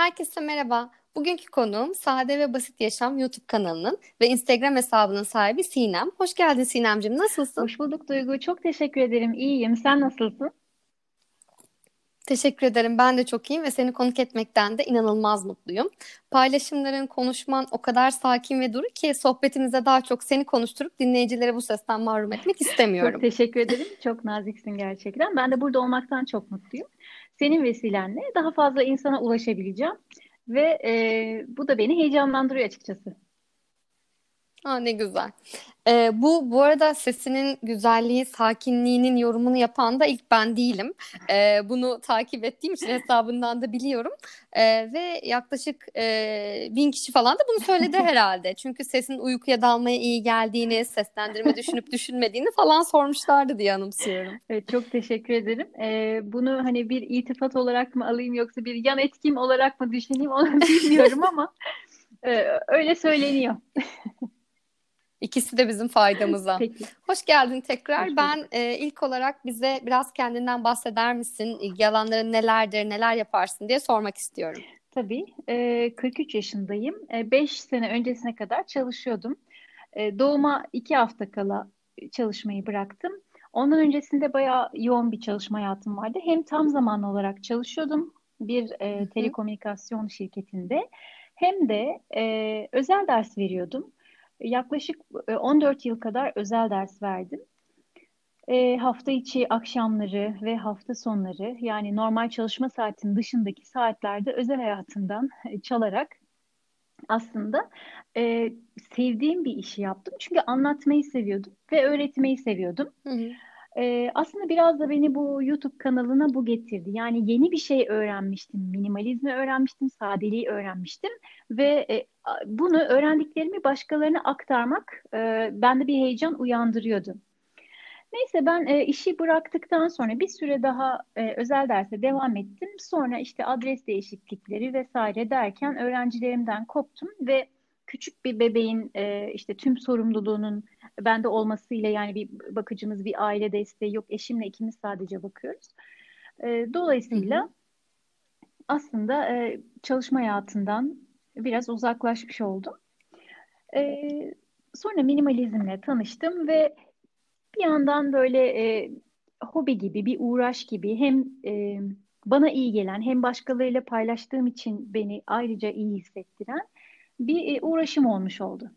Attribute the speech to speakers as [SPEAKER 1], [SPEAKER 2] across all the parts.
[SPEAKER 1] Herkese merhaba. Bugünkü konuğum Sade ve Basit Yaşam YouTube kanalının ve Instagram hesabının sahibi Sinem. Hoş geldin Sinemciğim. Nasılsın?
[SPEAKER 2] Hoş bulduk Duygu. Çok teşekkür ederim. İyiyim. Sen nasılsın?
[SPEAKER 1] Teşekkür ederim. Ben de çok iyiyim ve seni konuk etmekten de inanılmaz mutluyum. Paylaşımların, konuşman o kadar sakin ve duru ki sohbetimize daha çok seni konuşturup dinleyicileri bu sesten mahrum etmek
[SPEAKER 2] Çok
[SPEAKER 1] istemiyorum.
[SPEAKER 2] teşekkür ederim. Çok naziksin gerçekten. Ben de burada olmaktan çok mutluyum. Senin vesilenle daha fazla insana ulaşabileceğim ve bu da beni heyecanlandırıyor açıkçası.
[SPEAKER 1] Aa, ne güzel. Bu arada sesinin güzelliği, sakinliğinin yorumunu yapan da ilk ben değilim. Bunu takip ettiğim için hesabından da biliyorum. Ve yaklaşık 1.000 kişi falan da bunu söyledi herhalde. Çünkü sesin uykuya dalmaya iyi geldiğini, seslendirme düşünüp düşünmediğini falan sormuşlardı diye anımsıyorum.
[SPEAKER 2] Evet, çok teşekkür ederim. Bunu hani bir iltifat olarak mı alayım yoksa bir yan etkim olarak mı düşüneyim onu bilmiyorum ama öyle söyleniyor.
[SPEAKER 1] İkisi de bizim faydamıza.
[SPEAKER 2] Peki.
[SPEAKER 1] Hoş geldin tekrar.
[SPEAKER 2] Hoş bulduk.
[SPEAKER 1] Ben ilk olarak bize biraz kendinden bahseder misin? İlgi alanların nelerdir, neler yaparsın diye sormak istiyorum.
[SPEAKER 2] Tabii. 43 yaşındayım. 5 sene öncesine kadar çalışıyordum. Doğuma 2 hafta kala çalışmayı bıraktım. Ondan öncesinde bayağı yoğun bir çalışma hayatım vardı. Hem tam zamanlı olarak çalışıyordum bir
[SPEAKER 1] Hı hı.
[SPEAKER 2] telekomünikasyon şirketinde hem de özel ders veriyordum. Yaklaşık 14 yıl kadar özel ders verdim. Hafta içi akşamları ve hafta sonları yani normal çalışma saatinin dışındaki saatlerde özel hayatımdan çalarak aslında e, sevdiğim bir işi yaptım. Çünkü anlatmayı seviyordum ve öğretmeyi seviyordum.
[SPEAKER 1] Hı hı.
[SPEAKER 2] Aslında biraz da beni bu YouTube kanalına bu getirdi. Yani yeni bir şey öğrenmiştim. Minimalizmi öğrenmiştim, sadeliği öğrenmiştim ve bunu öğrendiklerimi başkalarına aktarmak bende bir heyecan uyandırıyordu. Neyse ben işi bıraktıktan sonra bir süre daha özel derse devam ettim. Sonra işte adres değişiklikleri vesaire derken öğrencilerimden koptum ve küçük bir bebeğin işte tüm sorumluluğunun bende olmasıyla yani bir bakıcımız, bir aile desteği yok. Eşimle ikimiz sadece bakıyoruz.
[SPEAKER 1] Hı hı.
[SPEAKER 2] Dolayısıyla aslında çalışma hayatından biraz uzaklaşmış oldum. E, Sonra minimalizmle tanıştım ve bir yandan böyle hobi gibi, bir uğraş gibi hem bana iyi gelen hem başkalarıyla paylaştığım için beni ayrıca iyi hissettiren bir uğraşım olmuş oldu.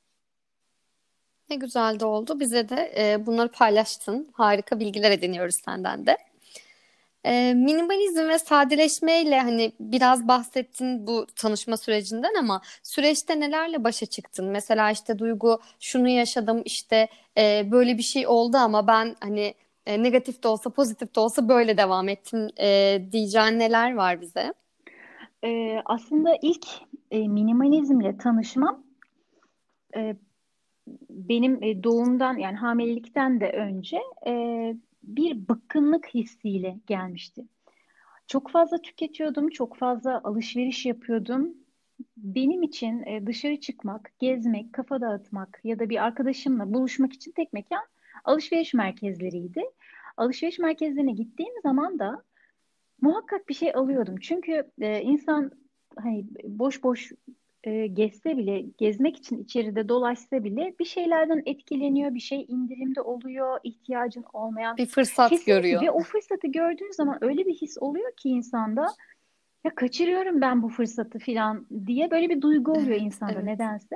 [SPEAKER 1] Ne güzel de oldu. Bize de bunları paylaştın. Harika bilgiler ediniyoruz senden de. Minimalizm ve sadeleşmeyle hani biraz bahsettin bu tanışma sürecinden ama süreçte nelerle başa çıktın? Mesela işte Duygu şunu yaşadım işte böyle bir şey oldu ama ben hani negatif de olsa pozitif de olsa böyle devam ettim diyeceğin neler var bize?
[SPEAKER 2] Aslında ilk minimalizmle tanışmam e, benim doğumdan yani hamilelikten de önce bir bıkkınlık hissiyle gelmişti. Çok fazla tüketiyordum, çok fazla alışveriş yapıyordum. Benim için dışarı çıkmak, gezmek, kafa dağıtmak ya da bir arkadaşımla buluşmak için tek mekan alışveriş merkezleriydi. Alışveriş merkezlerine gittiğim zaman da muhakkak bir şey alıyordum. Çünkü insan hani boş boş gezse bile, gezmek için içeride dolaşsa bile bir şeylerden etkileniyor, bir şey indirimde oluyor, ihtiyacın olmayan.
[SPEAKER 1] Bir fırsat
[SPEAKER 2] Kesinlikle
[SPEAKER 1] görüyor.
[SPEAKER 2] ve o fırsatı gördüğün zaman öyle bir his oluyor ki insanda ya kaçırıyorum ben bu fırsatı falan diye böyle bir duygu oluyor
[SPEAKER 1] Evet,
[SPEAKER 2] insanda
[SPEAKER 1] evet.
[SPEAKER 2] nedense.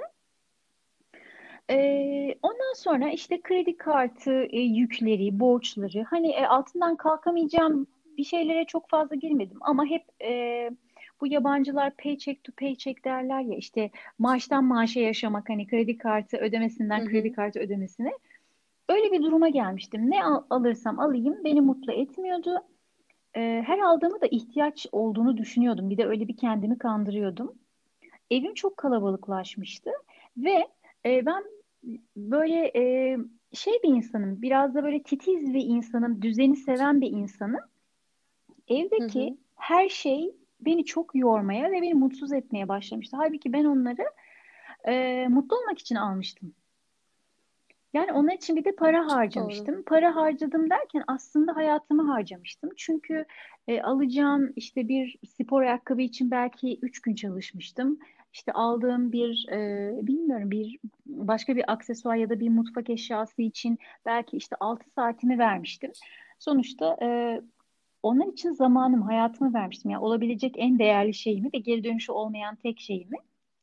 [SPEAKER 2] Ondan sonra işte kredi kartı yükleri, borçları hani altından kalkamayacağım bir şeylere çok fazla girmedim ama hep bu yabancılar paycheck to paycheck derler ya işte maaştan maaşa yaşamak hani kredi kartı
[SPEAKER 1] Hı
[SPEAKER 2] ödemesinden kredi
[SPEAKER 1] hı.
[SPEAKER 2] kartı ödemesine öyle bir duruma gelmiştim. Ne alırsam alayım beni mutlu etmiyordu. Her aldığımı da ihtiyaç olduğunu düşünüyordum. Bir de öyle bir kendimi kandırıyordum. Evim çok kalabalıklaşmıştı ve ben böyle şey bir insanım. Biraz da böyle titiz bir insanım. Düzeni seven bir insanım.
[SPEAKER 1] Hı
[SPEAKER 2] Evdeki
[SPEAKER 1] hı.
[SPEAKER 2] her şey beni çok yormaya ve beni mutsuz etmeye başlamıştı. Halbuki ben onları mutlu olmak için almıştım. Yani onlar için bir de para
[SPEAKER 1] Çok doğru.
[SPEAKER 2] harcamıştım. Para harcadım derken aslında hayatımı harcamıştım. Çünkü alacağım işte bir spor ayakkabı için belki 3 gün çalışmıştım. İşte aldığım bir bilmiyorum, bir başka bir aksesuar ya da bir mutfak eşyası için belki işte 6 saatimi vermiştim. Sonuçta onlar için zamanımı, hayatımı vermiştim. Yani olabilecek en değerli şeyimi ve geri dönüşü olmayan tek şeyimi.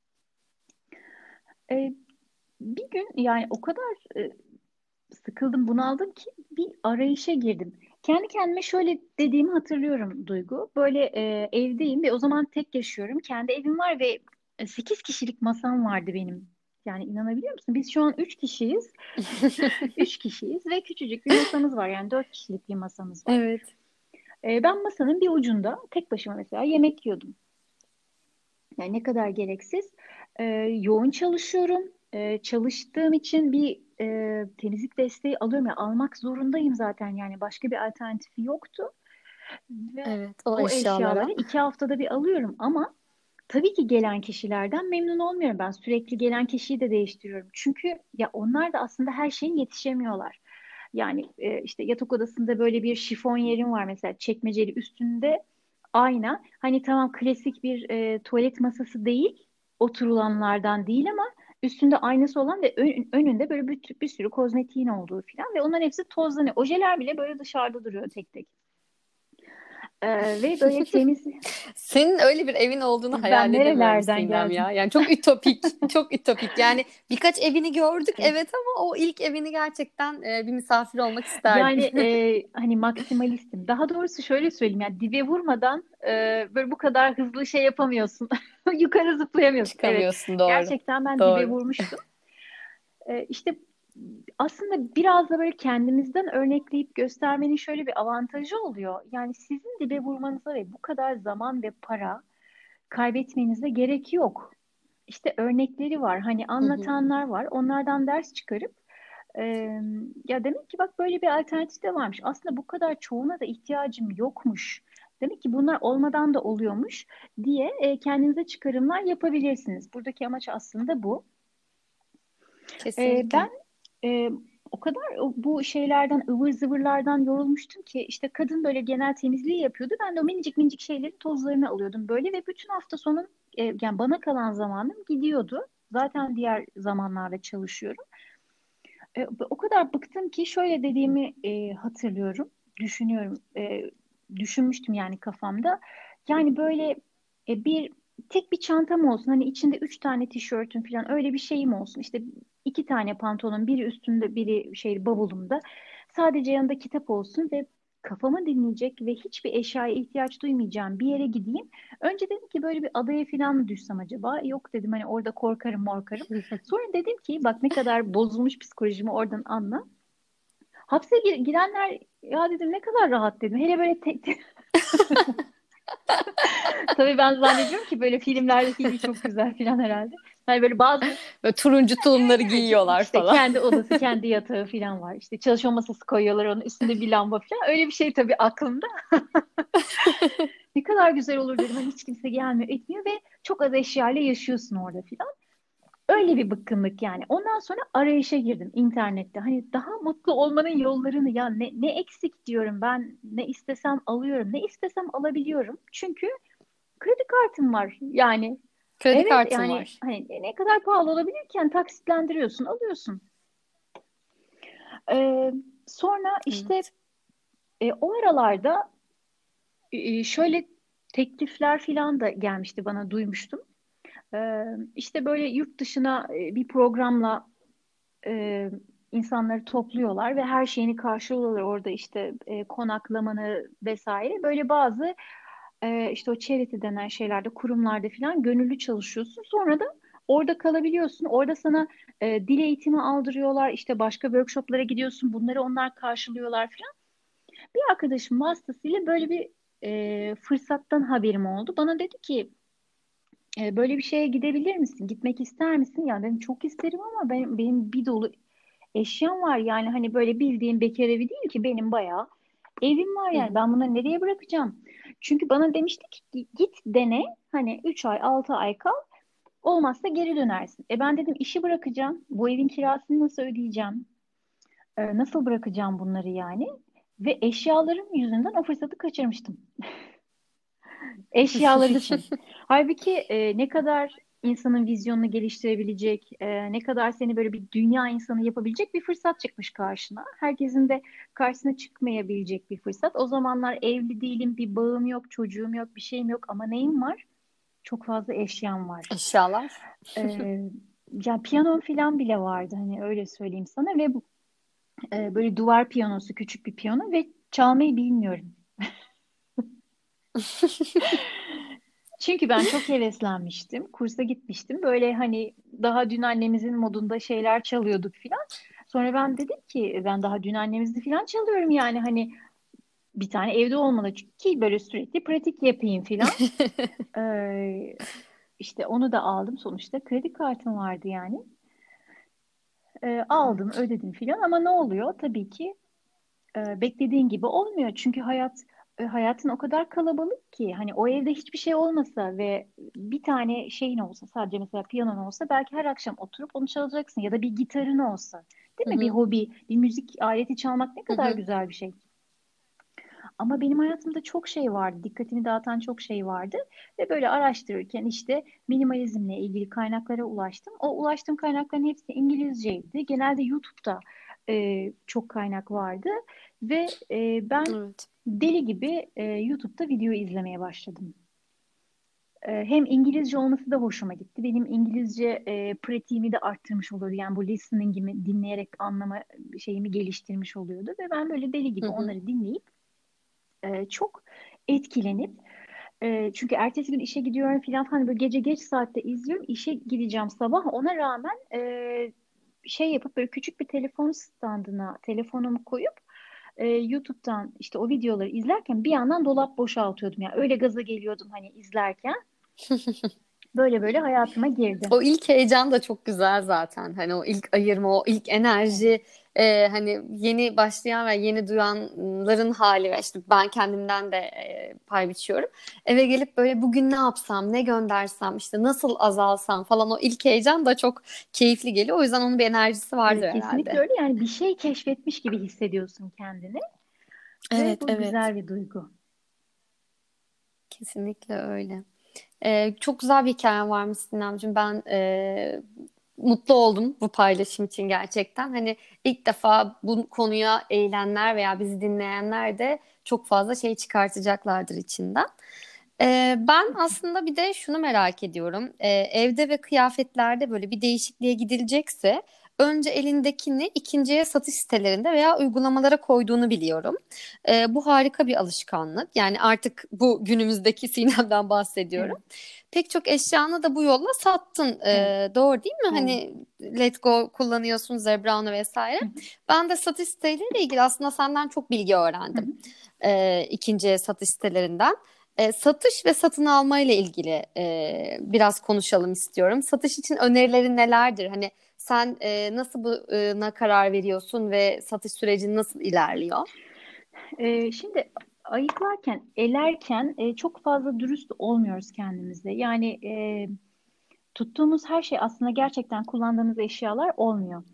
[SPEAKER 2] E, Bir gün yani o kadar sıkıldım, bunaldım ki bir arayışa girdim. Kendi kendime şöyle dediğimi hatırlıyorum Duygu. Böyle evdeyim ve o zaman tek yaşıyorum. Kendi evim var ve 8 kişilik masam vardı benim. Yani inanabiliyor musun? Biz şu an 3 kişiyiz. 3 kişiyiz ve küçücük bir masamız var. Yani 4 kişilik bir masamız var.
[SPEAKER 1] Evet.
[SPEAKER 2] Ben masanın bir ucunda tek başıma mesela yemek yiyordum. Yani ne kadar gereksiz. Ee, Yoğun çalışıyorum. Çalıştığım için bir temizlik desteği alıyorum. Ya almak zorundayım zaten. Yani başka bir alternatifi yoktu. Ve
[SPEAKER 1] Evet, o
[SPEAKER 2] o eşyaları
[SPEAKER 1] eşyalara.
[SPEAKER 2] 2 haftada bir alıyorum. Ama tabii ki gelen kişilerden memnun olmuyorum. Ben sürekli gelen kişiyi de değiştiriyorum. Çünkü ya onlar da aslında her şeye yetişemiyorlar. Yani işte yatak odasında böyle bir şifon yerim var mesela, çekmeceli, üstünde ayna. Hani tamam, klasik bir tuvalet masası değil, oturulanlardan değil, ama üstünde aynası olan ve önünde böyle bir sürü kozmetiğin olduğu falan ve onların hepsi tozlanıyor. Ojeler bile böyle dışarıda duruyor tek tek. Ve böyle temiz.
[SPEAKER 1] Senin öyle bir evin olduğunu
[SPEAKER 2] Ben
[SPEAKER 1] hayal edemiyorum
[SPEAKER 2] nerelerden
[SPEAKER 1] Sinem
[SPEAKER 2] geldim?
[SPEAKER 1] ya. Yani çok ütopik, çok ütopik. Yani birkaç evini gördük evet ama o ilk evini gerçekten bir misafir olmak
[SPEAKER 2] Yani
[SPEAKER 1] isterdim.
[SPEAKER 2] hani maksimalistim. Daha doğrusu şöyle söyleyeyim, yani dibe vurmadan böyle bu kadar hızlı şey yapamıyorsun. Yukarı zıplayamıyorsun. Evet.
[SPEAKER 1] Çıkamıyorsun doğru.
[SPEAKER 2] Gerçekten ben dibe
[SPEAKER 1] Doğru.
[SPEAKER 2] vurmuştum. İşte aslında biraz da böyle kendimizden örnekleyip göstermenin şöyle bir avantajı oluyor. Yani sizin dibe vurmanıza ve bu kadar zaman ve para kaybetmenize gerek yok. İşte örnekleri var. Hani
[SPEAKER 1] Hı hı.
[SPEAKER 2] anlatanlar var. Onlardan ders çıkarıp e, ya demek ki bak böyle bir alternatif de varmış. Aslında bu kadar çoğuna da ihtiyacım yokmuş. Demek ki bunlar olmadan da oluyormuş diye kendinize çıkarımlar yapabilirsiniz. Buradaki amaç aslında bu. Ben
[SPEAKER 1] Kesinlikle.
[SPEAKER 2] e, o kadar bu şeylerden, ıvır zıvırlardan yorulmuştum ki işte kadın böyle genel temizliği yapıyordu. Ben de o minicik minicik şeylerin tozlarını alıyordum böyle ve bütün hafta sonu yani bana kalan zamanım gidiyordu. Zaten diğer zamanlarda çalışıyorum. O kadar bıktım ki şöyle dediğimi hatırlıyorum, düşünüyorum, düşünmüştüm yani kafamda. Yani böyle bir tek bir çantam olsun, hani içinde 3 tane tişörtüm falan, öyle bir şeyim olsun. İşte 2 tane pantolon, biri üstünde, biri şey bavulumda. Sadece yanında kitap olsun ve kafamı dinleyecek ve hiçbir eşyaya ihtiyaç duymayacağım bir yere gideyim. Önce dedim ki böyle bir adaya falan mı düşsem acaba? Yok dedim, hani orada korkarım morkarım. Sonra dedim ki bak ne kadar bozulmuş psikolojimi oradan anla. Hapse girenler, ya dedim ne kadar rahat dedim. Hele böyle tabii ben zannediyorum ki böyle filmlerdeki gibi çok güzel falan herhalde. Hani böyle bazı,
[SPEAKER 1] Böyle turuncu tulumları
[SPEAKER 2] evet,
[SPEAKER 1] giyiyorlar
[SPEAKER 2] işte
[SPEAKER 1] falan.
[SPEAKER 2] kendi odası, kendi yatağı falan var. İşte çalışma masası koyuyorlar, onun üstünde bir lamba falan. Öyle bir şey tabii aklımda. Ne kadar güzel olur dedim. Hani hiç kimse gelmiyor, etmiyor ve çok az eşyayla yaşıyorsun orada falan. Öyle bir bıkkınlık yani. Ondan sonra arayışa girdim internette. Hani daha mutlu olmanın yollarını, ya ne eksik diyorum ben, ne istesem alıyorum, ne istesem alabiliyorum. Çünkü kredi kartım var. Yani
[SPEAKER 1] Kredi
[SPEAKER 2] evet,
[SPEAKER 1] kartım
[SPEAKER 2] yani
[SPEAKER 1] var.
[SPEAKER 2] hani ne kadar pahalı olabilirken taksitlendiriyorsun, alıyorsun. Ee, Sonra işte
[SPEAKER 1] Evet.
[SPEAKER 2] o aralarda şöyle teklifler falan da gelmişti bana, duymuştum. İşte böyle yurt dışına bir programla e, insanları topluyorlar ve her şeyini karşılıyorlar orada, işte konaklamanı vesaire. Böyle bazı işte o charity denen şeylerde, kurumlarda falan gönüllü çalışıyorsun. Sonra da orada kalabiliyorsun. Orada sana dil eğitimi aldırıyorlar. İşte başka workshoplara gidiyorsun. Bunları onlar karşılıyorlar falan. Bir arkadaşım vasıtasıyla böyle bir fırsattan haberim oldu. Bana dedi ki böyle bir şeye gidebilir misin? Gitmek ister misin? Ya dedim çok isterim ama benim bir dolu eşyam var. Yani hani böyle bildiğim bekar evi değil ki, benim bayağı evim var
[SPEAKER 1] Hı
[SPEAKER 2] yani.
[SPEAKER 1] hı.
[SPEAKER 2] Ben bunları nereye bırakacağım? Çünkü bana demişti ki git dene, hani 3 ay 6 ay kal, olmazsa geri dönersin. Ben dedim işi bırakacağım. Bu evin kirasını nasıl ödeyeceğim? Nasıl bırakacağım bunları yani? Ve eşyalarım yüzünden o fırsatı kaçırmıştım. Eşyalar için. Halbuki ne kadar insanın vizyonunu geliştirebilecek, ne kadar seni böyle bir dünya insanı yapabilecek bir fırsat çıkmış karşına. Herkesin de karşısına çıkmayabilecek bir fırsat. O zamanlar evli değilim, bir bağım yok, çocuğum yok, bir şeyim yok ama neyim var? Çok fazla eşyam var.
[SPEAKER 1] Eşyalar.
[SPEAKER 2] E, Ya piyanom falan bile vardı hani öyle söyleyeyim sana ve böyle duvar piyanosu, küçük bir piyano ve çalmayı bilmiyorum. Çünkü ben çok heveslenmiştim. Kursa gitmiştim. Böyle hani daha dün annemizin modunda şeyler çalıyorduk filan. Sonra ben dedim ki ben daha dün annemizde filan çalıyorum yani hani bir tane evde olmalı ki böyle sürekli pratik yapayım filan. Ee, işte onu da aldım sonuçta. Kredi kartım vardı yani. Aldım,
[SPEAKER 1] Evet.
[SPEAKER 2] ödedim filan ama ne oluyor? Tabii ki beklediğin gibi olmuyor. Çünkü hayatın o kadar kalabalık ki hani o evde hiçbir şey olmasa ve bir tane şeyin olsa sadece mesela piyanon olsa belki her akşam oturup onu çalacaksın ya da bir gitarın olsa. Değil
[SPEAKER 1] Hı
[SPEAKER 2] mi? Bir
[SPEAKER 1] hı.
[SPEAKER 2] hobi, bir müzik aleti çalmak ne
[SPEAKER 1] Hı
[SPEAKER 2] kadar
[SPEAKER 1] hı.
[SPEAKER 2] güzel bir şey. Ama benim hayatımda çok şey vardı, dikkatimi dağıtan çok şey vardı ve böyle araştırırken işte minimalizmle ilgili kaynaklara ulaştım. O ulaştığım kaynakların hepsi İngilizceydi. Genelde YouTube'da çok kaynak vardı ve ben
[SPEAKER 1] Evet.
[SPEAKER 2] deli gibi YouTube'da video izlemeye başladım. Hem İngilizce olması da hoşuma gitti. Benim İngilizce pratiğimi de arttırmış oluyordu. Yani bu listening'imi dinleyerek anlama şeyimi geliştirmiş oluyordu ve ben böyle deli
[SPEAKER 1] Hı
[SPEAKER 2] gibi
[SPEAKER 1] hı.
[SPEAKER 2] onları dinleyip çok etkilenip çünkü ertesi gün işe gidiyorum falan hani böyle gece geç saatte izliyorum. İşe gideceğim sabah ona rağmen şey yapıp böyle küçük bir telefon standına telefonumu koyup YouTube'dan işte o videoları izlerken bir yandan dolap boşaltıyordum. Yani öyle gaza geliyordum hani izlerken. Böyle böyle hayatıma girdi.
[SPEAKER 1] O ilk heyecan da çok güzel zaten. Hani o ilk ayırma, o ilk
[SPEAKER 2] Evet.
[SPEAKER 1] enerji, hani yeni başlayan ve yeni duyanların hali ve işte ben kendimden de pay biçiyorum. Eve gelip böyle bugün ne yapsam, ne göndersem, işte nasıl azalsam falan o ilk heyecan da çok keyifli geliyor. O yüzden onun bir enerjisi vardır
[SPEAKER 2] Kesinlikle
[SPEAKER 1] herhalde.
[SPEAKER 2] öyle yani bir şey keşfetmiş gibi hissediyorsun kendini ve
[SPEAKER 1] Evet,
[SPEAKER 2] bu
[SPEAKER 1] evet.
[SPEAKER 2] güzel bir duygu.
[SPEAKER 1] Kesinlikle öyle. Çok güzel bir hikayen varmış Sinemciğim. Ben mutlu oldum bu paylaşım için gerçekten. Hani ilk defa bu konuya eğilenler veya bizi dinleyenler de çok fazla şey çıkartacaklardır içinden. Ben aslında bir de şunu merak ediyorum. Evde ve kıyafetlerde böyle bir değişikliğe gidilecekse önce elindekini ikinciye satış sitelerinde veya uygulamalara koyduğunu biliyorum. Bu harika bir alışkanlık. Yani artık bu günümüzdeki Sinem'den bahsediyorum.
[SPEAKER 2] Evet,
[SPEAKER 1] Pek çok eşyanı da bu yolla sattın.
[SPEAKER 2] evet,
[SPEAKER 1] Doğru değil mi?
[SPEAKER 2] doğru.
[SPEAKER 1] Hani Let's Go kullanıyorsun, Zebrano vesaire.
[SPEAKER 2] Hı hı,
[SPEAKER 1] Ben de satış siteleriyle ilgili aslında senden çok bilgi
[SPEAKER 2] hı
[SPEAKER 1] öğrendim.
[SPEAKER 2] hı.
[SPEAKER 1] İkinci satış sitelerinden. Satış ve satın alma ile ilgili biraz konuşalım istiyorum. Satış için önerilerin nelerdir? Hani sen nasıl buna karar veriyorsun ve satış sürecin nasıl ilerliyor?
[SPEAKER 2] Şimdi ayıklarken, elerken çok fazla dürüst olmuyoruz kendimizle. Yani tuttuğumuz her şey aslında gerçekten kullandığımız eşyalar olmuyor.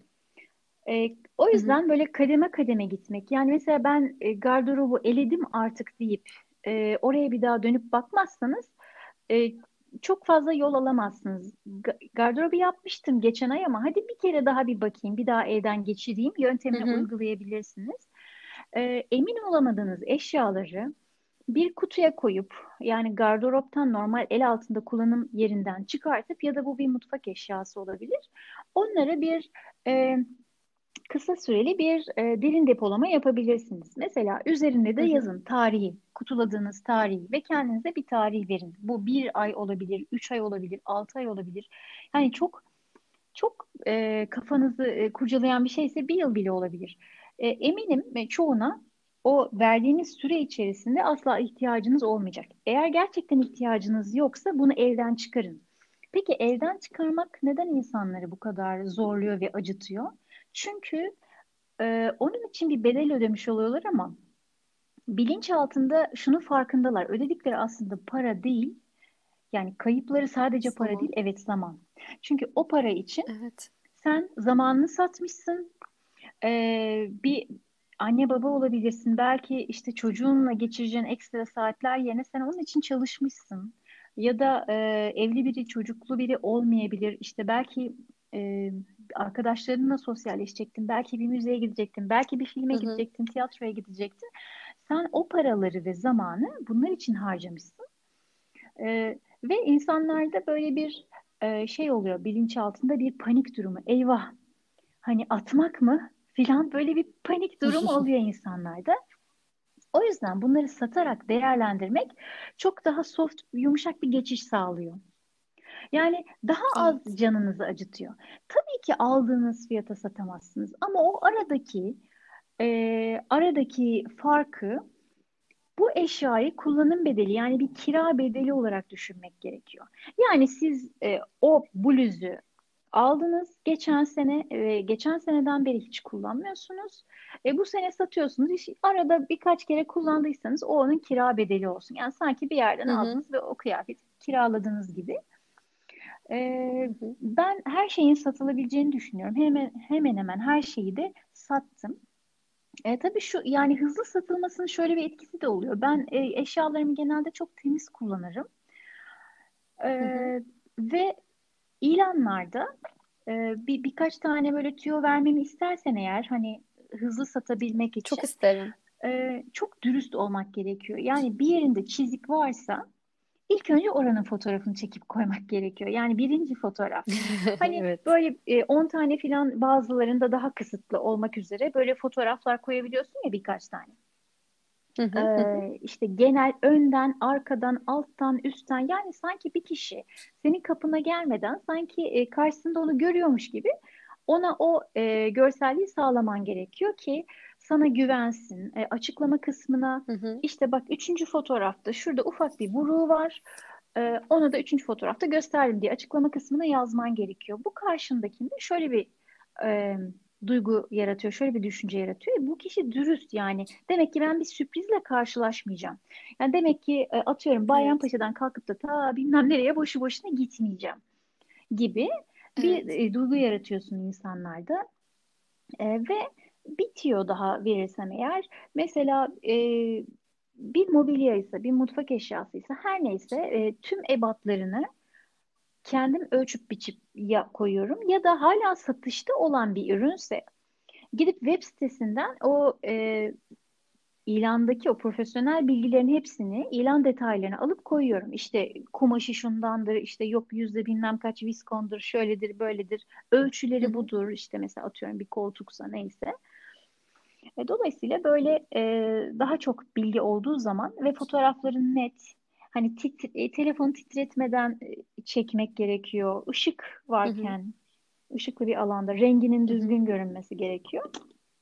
[SPEAKER 2] O
[SPEAKER 1] Hı hı.
[SPEAKER 2] yüzden böyle kademe kademe gitmek. Yani mesela ben gardırobu eledim artık deyip oraya bir daha dönüp bakmazsanız e, çok fazla yol alamazsınız. Gardırobu yapmıştım geçen ay ama hadi bir kere daha bir bakayım, bir daha elden geçireyim
[SPEAKER 1] Hı
[SPEAKER 2] yöntemini
[SPEAKER 1] hı.
[SPEAKER 2] uygulayabilirsiniz. Emin olamadığınız eşyaları bir kutuya koyup yani gardıroptan normal el altında kullanım yerinden çıkartıp ya da bu bir mutfak eşyası olabilir. Onları bir e, kısa süreli bir derin depolama yapabilirsiniz. Mesela üzerinde de
[SPEAKER 1] Hı hı.
[SPEAKER 2] yazın tarihi, kutuladığınız tarihi ve kendinize bir tarih verin. Bu bir ay olabilir, 3 ay olabilir, 6 ay olabilir. Yani çok çok kafanızı kurcalayan bir şeyse bir yıl bile olabilir. Eminim çoğuna o verdiğiniz süre içerisinde asla ihtiyacınız olmayacak. Eğer gerçekten ihtiyacınız yoksa bunu elden çıkarın. Peki elden çıkarmak neden insanları bu kadar zorluyor ve acıtıyor? Çünkü onun için bir bedel ödemiş oluyorlar ama bilinç altında şunun farkındalar. Ödedikleri aslında para değil. Yani kayıpları sadece para değil,
[SPEAKER 1] Zaman.
[SPEAKER 2] evet zaman. Çünkü o para için
[SPEAKER 1] Evet.
[SPEAKER 2] sen zamanını satmışsın, Bir anne baba olabilirsin. Belki işte çocuğunla geçireceğin ekstra saatler yerine sen onun için çalışmışsın. Ya da evli biri, çocuklu biri olmayabilir. İşte belki e, arkadaşlarınla sosyalleşecektin. Belki bir müzeye gidecektin. Belki bir filme
[SPEAKER 1] Hı hı.
[SPEAKER 2] gidecektin, tiyatroya gidecektin. Sen o paraları ve zamanı bunlar için harcamışsın. Ve insanlarda böyle bir şey oluyor. Bilinçaltında bir panik durumu. Eyvah! Hani atmak mı filan, böyle bir panik durumu oluyor insanlarda. O yüzden bunları satarak değerlendirmek çok daha soft, yumuşak bir geçiş sağlıyor. Yani daha az
[SPEAKER 1] Evet.
[SPEAKER 2] canınızı acıtıyor. Tabii ki aldığınız fiyata satamazsınız ama o aradaki farkı, bu eşyayı kullanım bedeli, yani bir kira bedeli olarak düşünmek gerekiyor. Yani siz o bluzu aldınız geçen sene ve geçen seneden beri hiç kullanmıyorsunuz. Bu sene satıyorsunuz. Arada birkaç kere kullandıysanız o onun kira bedeli olsun. Yani sanki bir yerden
[SPEAKER 1] Hı hı.
[SPEAKER 2] aldınız ve o kıyafeti kiraladığınız gibi.
[SPEAKER 1] Hı
[SPEAKER 2] E,
[SPEAKER 1] hı.
[SPEAKER 2] Ben her şeyin satılabileceğini düşünüyorum. Hemen hemen her şeyi de sattım. Tabii şu, yani hızlı satılmasının şöyle bir etkisi de oluyor. Ben eşyalarımı genelde çok temiz kullanırım.
[SPEAKER 1] Hı hı.
[SPEAKER 2] Ve ilanlarda birkaç tane böyle tüyo vermemi istersen eğer, hani hızlı satabilmek için
[SPEAKER 1] Çok isterim.
[SPEAKER 2] çok dürüst olmak gerekiyor. Yani bir yerinde çizik varsa İlk önce oranın fotoğrafını çekip koymak gerekiyor. Yani birinci fotoğraf. Hani
[SPEAKER 1] Evet.
[SPEAKER 2] böyle 10 tane filan, bazılarında daha kısıtlı olmak üzere böyle fotoğraflar koyabiliyorsun ya, birkaç tane.
[SPEAKER 1] Hı hı. Hı hı.
[SPEAKER 2] İşte genel, önden, arkadan, alttan, üstten, yani sanki bir kişi senin kapına gelmeden sanki karşısında onu görüyormuş gibi ona o görselliği sağlaman gerekiyor ki sana güvensin. Açıklama kısmına
[SPEAKER 1] Hı hı.
[SPEAKER 2] işte bak, üçüncü fotoğrafta şurada ufak bir vuruğu var. Onu da üçüncü fotoğrafta gösterdim diye açıklama kısmına yazman gerekiyor. Bu karşındakinde şöyle bir e, duygu yaratıyor, şöyle bir düşünce yaratıyor. Bu kişi dürüst yani. Demek ki ben bir sürprizle karşılaşmayacağım. Yani demek ki atıyorum
[SPEAKER 1] Evet.
[SPEAKER 2] Bayrampaşa'dan kalkıp da ta bilmem nereye boşu boşuna gitmeyeceğim gibi bir
[SPEAKER 1] Evet.
[SPEAKER 2] duygu yaratıyorsun insanlarda. Ve bitiyor daha verirsem eğer. Mesela bir mobilya ise, bir mutfak eşyası ise, her neyse tüm ebatlarını kendim ölçüp biçip koyuyorum. Ya da hala satışta olan bir ürünse gidip web sitesinden o ilandaki o profesyonel bilgilerin hepsini, ilan detaylarını alıp koyuyorum. İşte kumaşı şundandır, işte yok yüzde bilmem kaç viskondur, şöyledir, böyledir,
[SPEAKER 1] Hı
[SPEAKER 2] ölçüleri
[SPEAKER 1] hı.
[SPEAKER 2] budur. İşte mesela atıyorum bir koltuksa neyse. Dolayısıyla böyle daha çok bilgi olduğu zaman ve fotoğrafların net, hani telefonu titretmeden çekmek gerekiyor. Işık
[SPEAKER 1] Hı hı.
[SPEAKER 2] varken, ışıklı bir alanda renginin
[SPEAKER 1] Hı hı.
[SPEAKER 2] düzgün görünmesi gerekiyor.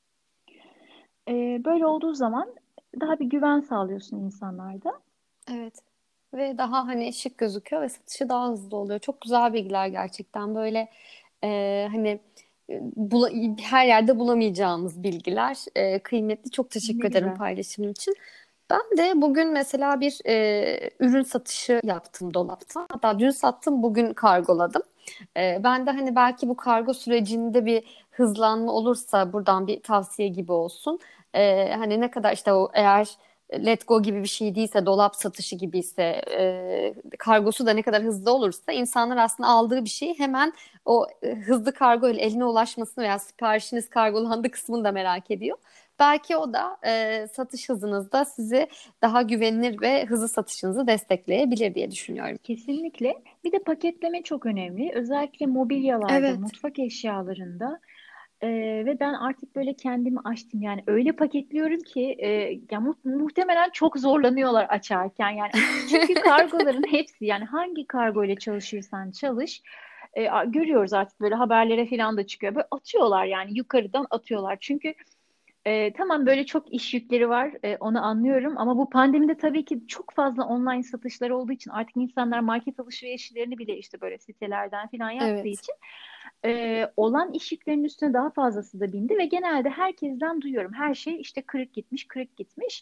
[SPEAKER 2] Böyle olduğu zaman daha bir güven sağlıyorsun insanlarda.
[SPEAKER 1] Evet. Ve daha hani şık gözüküyor ve satışı daha hızlı oluyor. Çok güzel bilgiler gerçekten. Böyle hani her yerde bulamayacağımız bilgiler. Kıymetli. Çok
[SPEAKER 2] Ne
[SPEAKER 1] teşekkür ederim
[SPEAKER 2] güzel.
[SPEAKER 1] paylaşımın için. Ben de bugün mesela bir ürün satışı yaptım dolapta. Hatta dün sattım, bugün kargoladım. Ben de hani belki bu kargo sürecinde bir hızlanma olursa buradan bir tavsiye gibi olsun. Hani ne kadar işte o, eğer Let Go gibi bir şey değilse, dolap satışı gibi ise, kargosu da ne kadar hızlı olursa, insanlar aslında aldığı bir şeyi hemen o hızlı kargo ile eline ulaşmasını veya siparişiniz kargolandı kısmını da merak ediyor. Belki o da satış hızınızda sizi daha güvenilir ve hızlı satışınızı destekleyebilir diye düşünüyorum.
[SPEAKER 2] Kesinlikle. Bir de paketleme çok önemli. Özellikle mobilyalarda,
[SPEAKER 1] Evet.
[SPEAKER 2] mutfak eşyalarında. Ve ben artık böyle kendimi açtım. Yani öyle paketliyorum ki ya muhtemelen çok zorlanıyorlar açarken. Yani çünkü kargoların hepsi, yani hangi kargo ile çalışırsan çalış, görüyoruz artık, böyle haberlere falan da çıkıyor. Böyle atıyorlar, yani yukarıdan atıyorlar. Çünkü tamam, böyle çok iş yükleri var, onu anlıyorum, ama bu pandemide tabii ki çok fazla online satışlar olduğu için artık insanlar market alışverişlerini bile işte böyle sitelerden falan yaptığı
[SPEAKER 1] Evet.
[SPEAKER 2] için olan iş yüklerinin üstüne daha fazlası da bindi ve genelde herkesten duyuyorum, her şey işte kırık gitmiş, kırık gitmiş.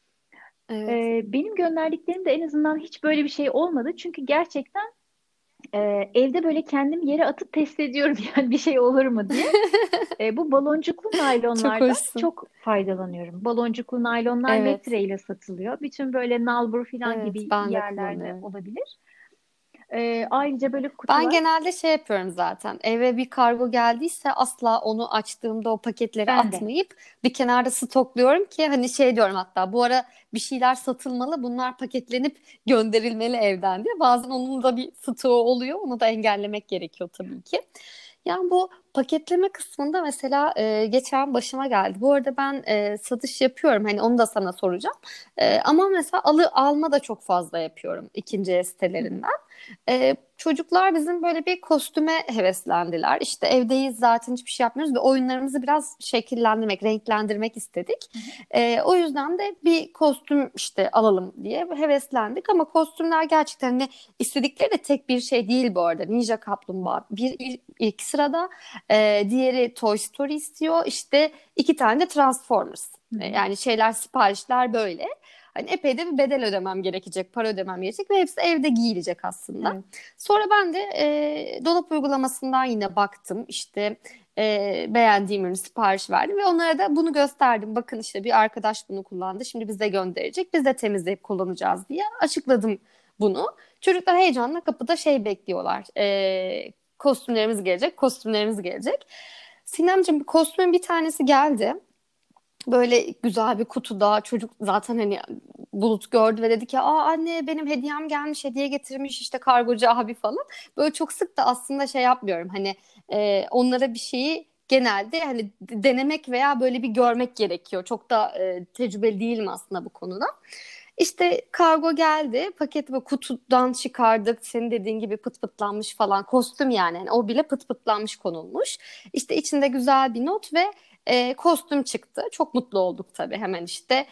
[SPEAKER 1] Evet.
[SPEAKER 2] Benim gönderdiklerimde en azından hiç böyle bir şey olmadı, çünkü gerçekten Evde böyle kendim yere atıp test ediyorum yani bir şey olur mu diye. Bu baloncuklu
[SPEAKER 1] Çok
[SPEAKER 2] naylonlardan
[SPEAKER 1] hoşsun.
[SPEAKER 2] çok faydalanıyorum. Baloncuklu naylonlar
[SPEAKER 1] Evet.
[SPEAKER 2] metreyle satılıyor. Bütün böyle nalbur falan
[SPEAKER 1] Evet,
[SPEAKER 2] gibi
[SPEAKER 1] ben de
[SPEAKER 2] yerlerde
[SPEAKER 1] kullanıyorum.
[SPEAKER 2] olabilir. Ayrıca böyle
[SPEAKER 1] Ben
[SPEAKER 2] kutular.
[SPEAKER 1] genelde şey yapıyorum zaten. Eve bir kargo geldiyse asla onu açtığımda o paketleri
[SPEAKER 2] Ben de.
[SPEAKER 1] atmayıp bir kenarda stokluyorum ki hani şey diyorum, hatta bu ara bir şeyler satılmalı, bunlar paketlenip gönderilmeli evden diye. Bazen onun da bir stoğu oluyor. Onu da engellemek gerekiyor tabii ki. Yani bu paketleme kısmında mesela geçen başıma geldi. Bu arada ben satış yapıyorum. Hani onu da sana soracağım. Ama mesela alma da çok fazla yapıyorum ikinci el
[SPEAKER 2] Hı hı.
[SPEAKER 1] sitelerinden. Çocuklar bizim böyle bir kostüme heveslendiler. İşte evdeyiz zaten, hiçbir şey yapmıyoruz ve oyunlarımızı biraz şekillendirmek, renklendirmek istedik.
[SPEAKER 2] Hı hı.
[SPEAKER 1] O yüzden de bir kostüm işte alalım diye heveslendik, ama kostümler gerçekten hani istedikleri de tek bir şey değil bu arada. Ninja Kaplumbağa ilk sırada, diğeri Toy Story istiyor. İşte iki tane de Transformers.
[SPEAKER 2] Hı hı.
[SPEAKER 1] Yani şeyler, siparişler böyle. Hani epey de bir bedel ödemem gerekecek, para ödemem gerekecek ve hepsi evde giyilecek aslında.
[SPEAKER 2] Evet.
[SPEAKER 1] Sonra ben de dolap uygulamasından yine baktım. İşte beğendiğim ürünü sipariş verdim ve onlara da bunu gösterdim. Bakın işte bir arkadaş bunu kullandı, şimdi bize gönderecek. Biz de temizleyip kullanacağız diye açıkladım bunu. Çocuklar heyecanla kapıda şey bekliyorlar. Kostümlerimiz gelecek, kostümlerimiz gelecek. Sinemciğim, kostümün bir tanesi geldi. Böyle güzel bir kutuda, çocuk zaten hani Bulut gördü ve dedi ki, aa anne benim hediyem gelmiş, hediye getirmiş işte kargocu abi falan. Böyle çok sık da aslında şey yapmıyorum, hani onlara bir şeyi genelde hani denemek veya böyle bir görmek gerekiyor. Çok da tecrübeli değilim aslında bu konuda. İşte kargo geldi, paketi böyle kutudan çıkardık, senin dediğin gibi pıt pıtlanmış falan, kostüm yani o bile pıt pıtlanmış konulmuş. İşte içinde güzel bir not ve kostüm çıktı. Çok mutlu olduk tabii, hemen işte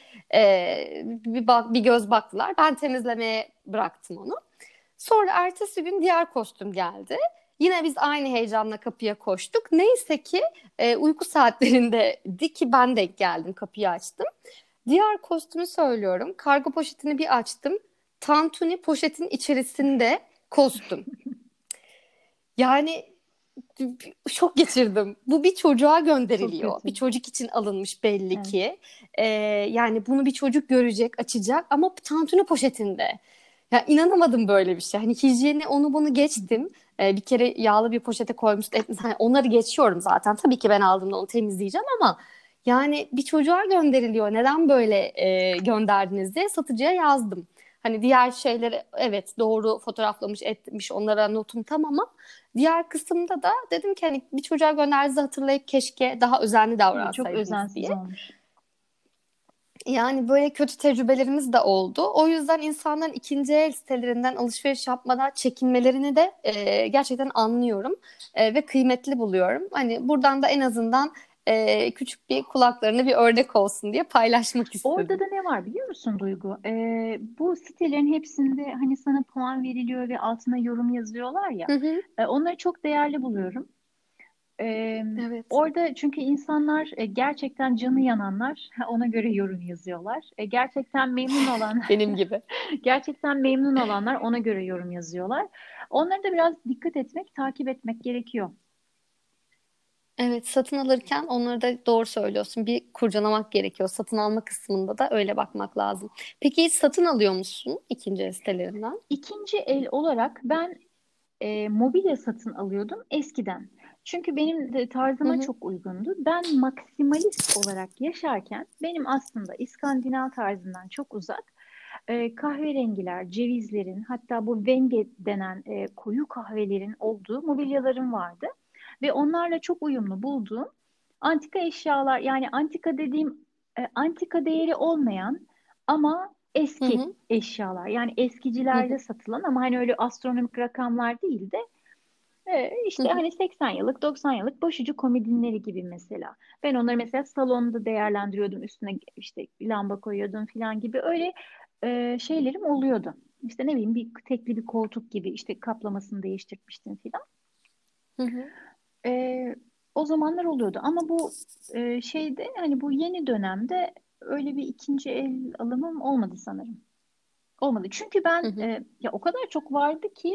[SPEAKER 1] bir göz baktılar. Ben temizlemeye bıraktım onu. Sonra ertesi gün diğer kostüm geldi. Yine biz aynı heyecanla kapıya koştuk. Neyse ki uyku saatlerindeydi ki ben denk geldim, kapıyı açtım. Diğer kostümü söylüyorum. Kargo poşetini bir açtım. Tantuni poşetin içerisinde kostüm. Yani şok geçirdim. Bu bir çocuğa
[SPEAKER 2] Çok
[SPEAKER 1] gönderiliyor. Bir
[SPEAKER 2] kötü.
[SPEAKER 1] çocuk için alınmış belli
[SPEAKER 2] Evet.
[SPEAKER 1] ki. Yani bunu bir çocuk görecek, açacak ama tantuni poşetinde. Ya inanamadım böyle bir şey. Hani hijyeni, onu bunu
[SPEAKER 2] Hı hı.
[SPEAKER 1] geçtim. Bir kere yağlı bir poşete koymuş. Hani onları geçiyorum zaten. Tabii ki ben aldığımda onu temizleyeceğim ama yani bir çocuğa gönderiliyor. Neden böyle gönderdiniz diye satıcıya yazdım. Hani diğer şeyleri evet doğru fotoğraflamış etmiş, onlara notum tamam, ama diğer kısımda da dedim ki hani bir çocuğa gönderdiğinizi hatırlayıp keşke daha özenli
[SPEAKER 2] Evet, çok
[SPEAKER 1] davransaydınız diye.
[SPEAKER 2] özensiz olmuş.
[SPEAKER 1] Yani böyle kötü tecrübelerimiz de oldu. O yüzden insanların ikinci el sitelerinden alışveriş yapmadan çekinmelerini de gerçekten anlıyorum ve kıymetli buluyorum. Hani buradan da en azından küçük bir kulaklarına bir örnek olsun diye paylaşmak
[SPEAKER 2] Orada
[SPEAKER 1] istedim.
[SPEAKER 2] da ne var biliyor musun Duygu? Bu sitelerin hepsinde hani sana puan veriliyor ve altına yorum yazıyorlar ya.
[SPEAKER 1] Hı hı,
[SPEAKER 2] Onları çok değerli buluyorum. Ee,
[SPEAKER 1] evet,
[SPEAKER 2] Orada çünkü insanlar gerçekten canı yananlar ona göre yorum yazıyorlar. Gerçekten memnun olanlar,
[SPEAKER 1] benim gibi.
[SPEAKER 2] gerçekten memnun olanlar ona göre yorum yazıyorlar. Onlara da biraz dikkat etmek, takip etmek gerekiyor.
[SPEAKER 1] Evet, satın alırken onları da doğru söylüyorsun. Bir kurcalamak gerekiyor. Satın alma kısmında da öyle bakmak lazım. Peki hiç satın alıyor musun ikinci el sitelerinden?
[SPEAKER 2] İkinci el olarak ben mobilya satın alıyordum eskiden. Çünkü benim de
[SPEAKER 1] Hı
[SPEAKER 2] tarzıma
[SPEAKER 1] hı.
[SPEAKER 2] çok uygundu. Ben maksimalist olarak yaşarken benim aslında İskandinav tarzından çok uzak kahverengiler, cevizlerin hatta bu Venge denen koyu kahvelerin olduğu mobilyalarım vardı. Ve onlarla çok uyumlu bulduğum antika eşyalar yani antika dediğim antika değeri olmayan ama
[SPEAKER 1] Hı
[SPEAKER 2] eski
[SPEAKER 1] hı.
[SPEAKER 2] eşyalar yani
[SPEAKER 1] Hı hı.
[SPEAKER 2] eskicilerde satılan ama hani öyle astronomik rakamlar değil de
[SPEAKER 1] Hı
[SPEAKER 2] işte
[SPEAKER 1] hı.
[SPEAKER 2] hani 80 yıllık 90 yıllık başucu komodinleri gibi mesela. Ben onları mesela salonda değerlendiriyordum üstüne işte lamba koyuyordum falan gibi öyle şeylerim oluyordu. İşte ne bileyim bir tekli bir koltuk gibi işte kaplamasını değiştirmiştim falan.
[SPEAKER 1] Hı hı.
[SPEAKER 2] E, O zamanlar oluyordu ama bu şeyde hani bu yeni dönemde öyle bir ikinci el alımım olmadı sanırım. Olmadı. Çünkü
[SPEAKER 1] Hı
[SPEAKER 2] ben
[SPEAKER 1] hı.
[SPEAKER 2] ya o kadar çok vardı ki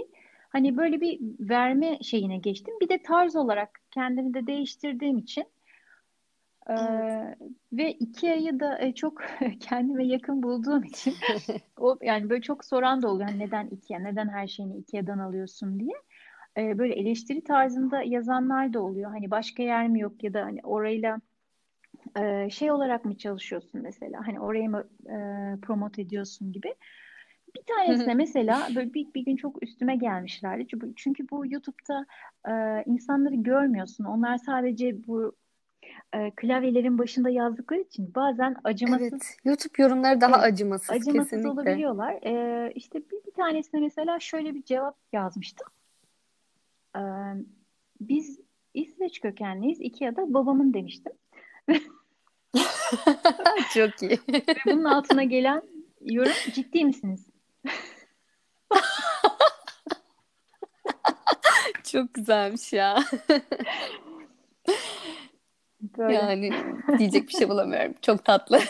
[SPEAKER 2] Hani böyle bir verme şeyine geçtim. Bir de tarz olarak kendimi de değiştirdiğim için
[SPEAKER 1] Evet.
[SPEAKER 2] ve IKEA'yı da çok kendime yakın bulduğum için o yani böyle çok soran da oluyor. Hani neden IKEA? Neden her şeyini IKEA'dan alıyorsun diye. Böyle eleştiri tarzında yazanlar da oluyor. Hani başka yer mi yok ya da hani orayla şey olarak mı çalışıyorsun mesela? Hani orayı mı promote ediyorsun gibi. Bir tanesine mesela böyle bir gün çok üstüme gelmişlerdi. Çünkü bu YouTube'da insanları görmüyorsun. Onlar sadece bu klavyelerin başında yazdıkları için bazen acımasız,
[SPEAKER 1] Evet. YouTube yorumları daha
[SPEAKER 2] evet,
[SPEAKER 1] acımasız
[SPEAKER 2] acımasız
[SPEAKER 1] kesinlikle.
[SPEAKER 2] olabiliyorlar. İşte bir tanesine mesela şöyle bir cevap yazmıştım. E, Biz İsveç kökenliyiz. IKEA'da babamın demiştim.
[SPEAKER 1] Çok iyi.
[SPEAKER 2] Ve bunun altına gelen yorum, ciddi misiniz?
[SPEAKER 1] Çok güzelmiş ya.
[SPEAKER 2] Böyle.
[SPEAKER 1] Yani diyecek bir şey bulamıyorum. Çok tatlı.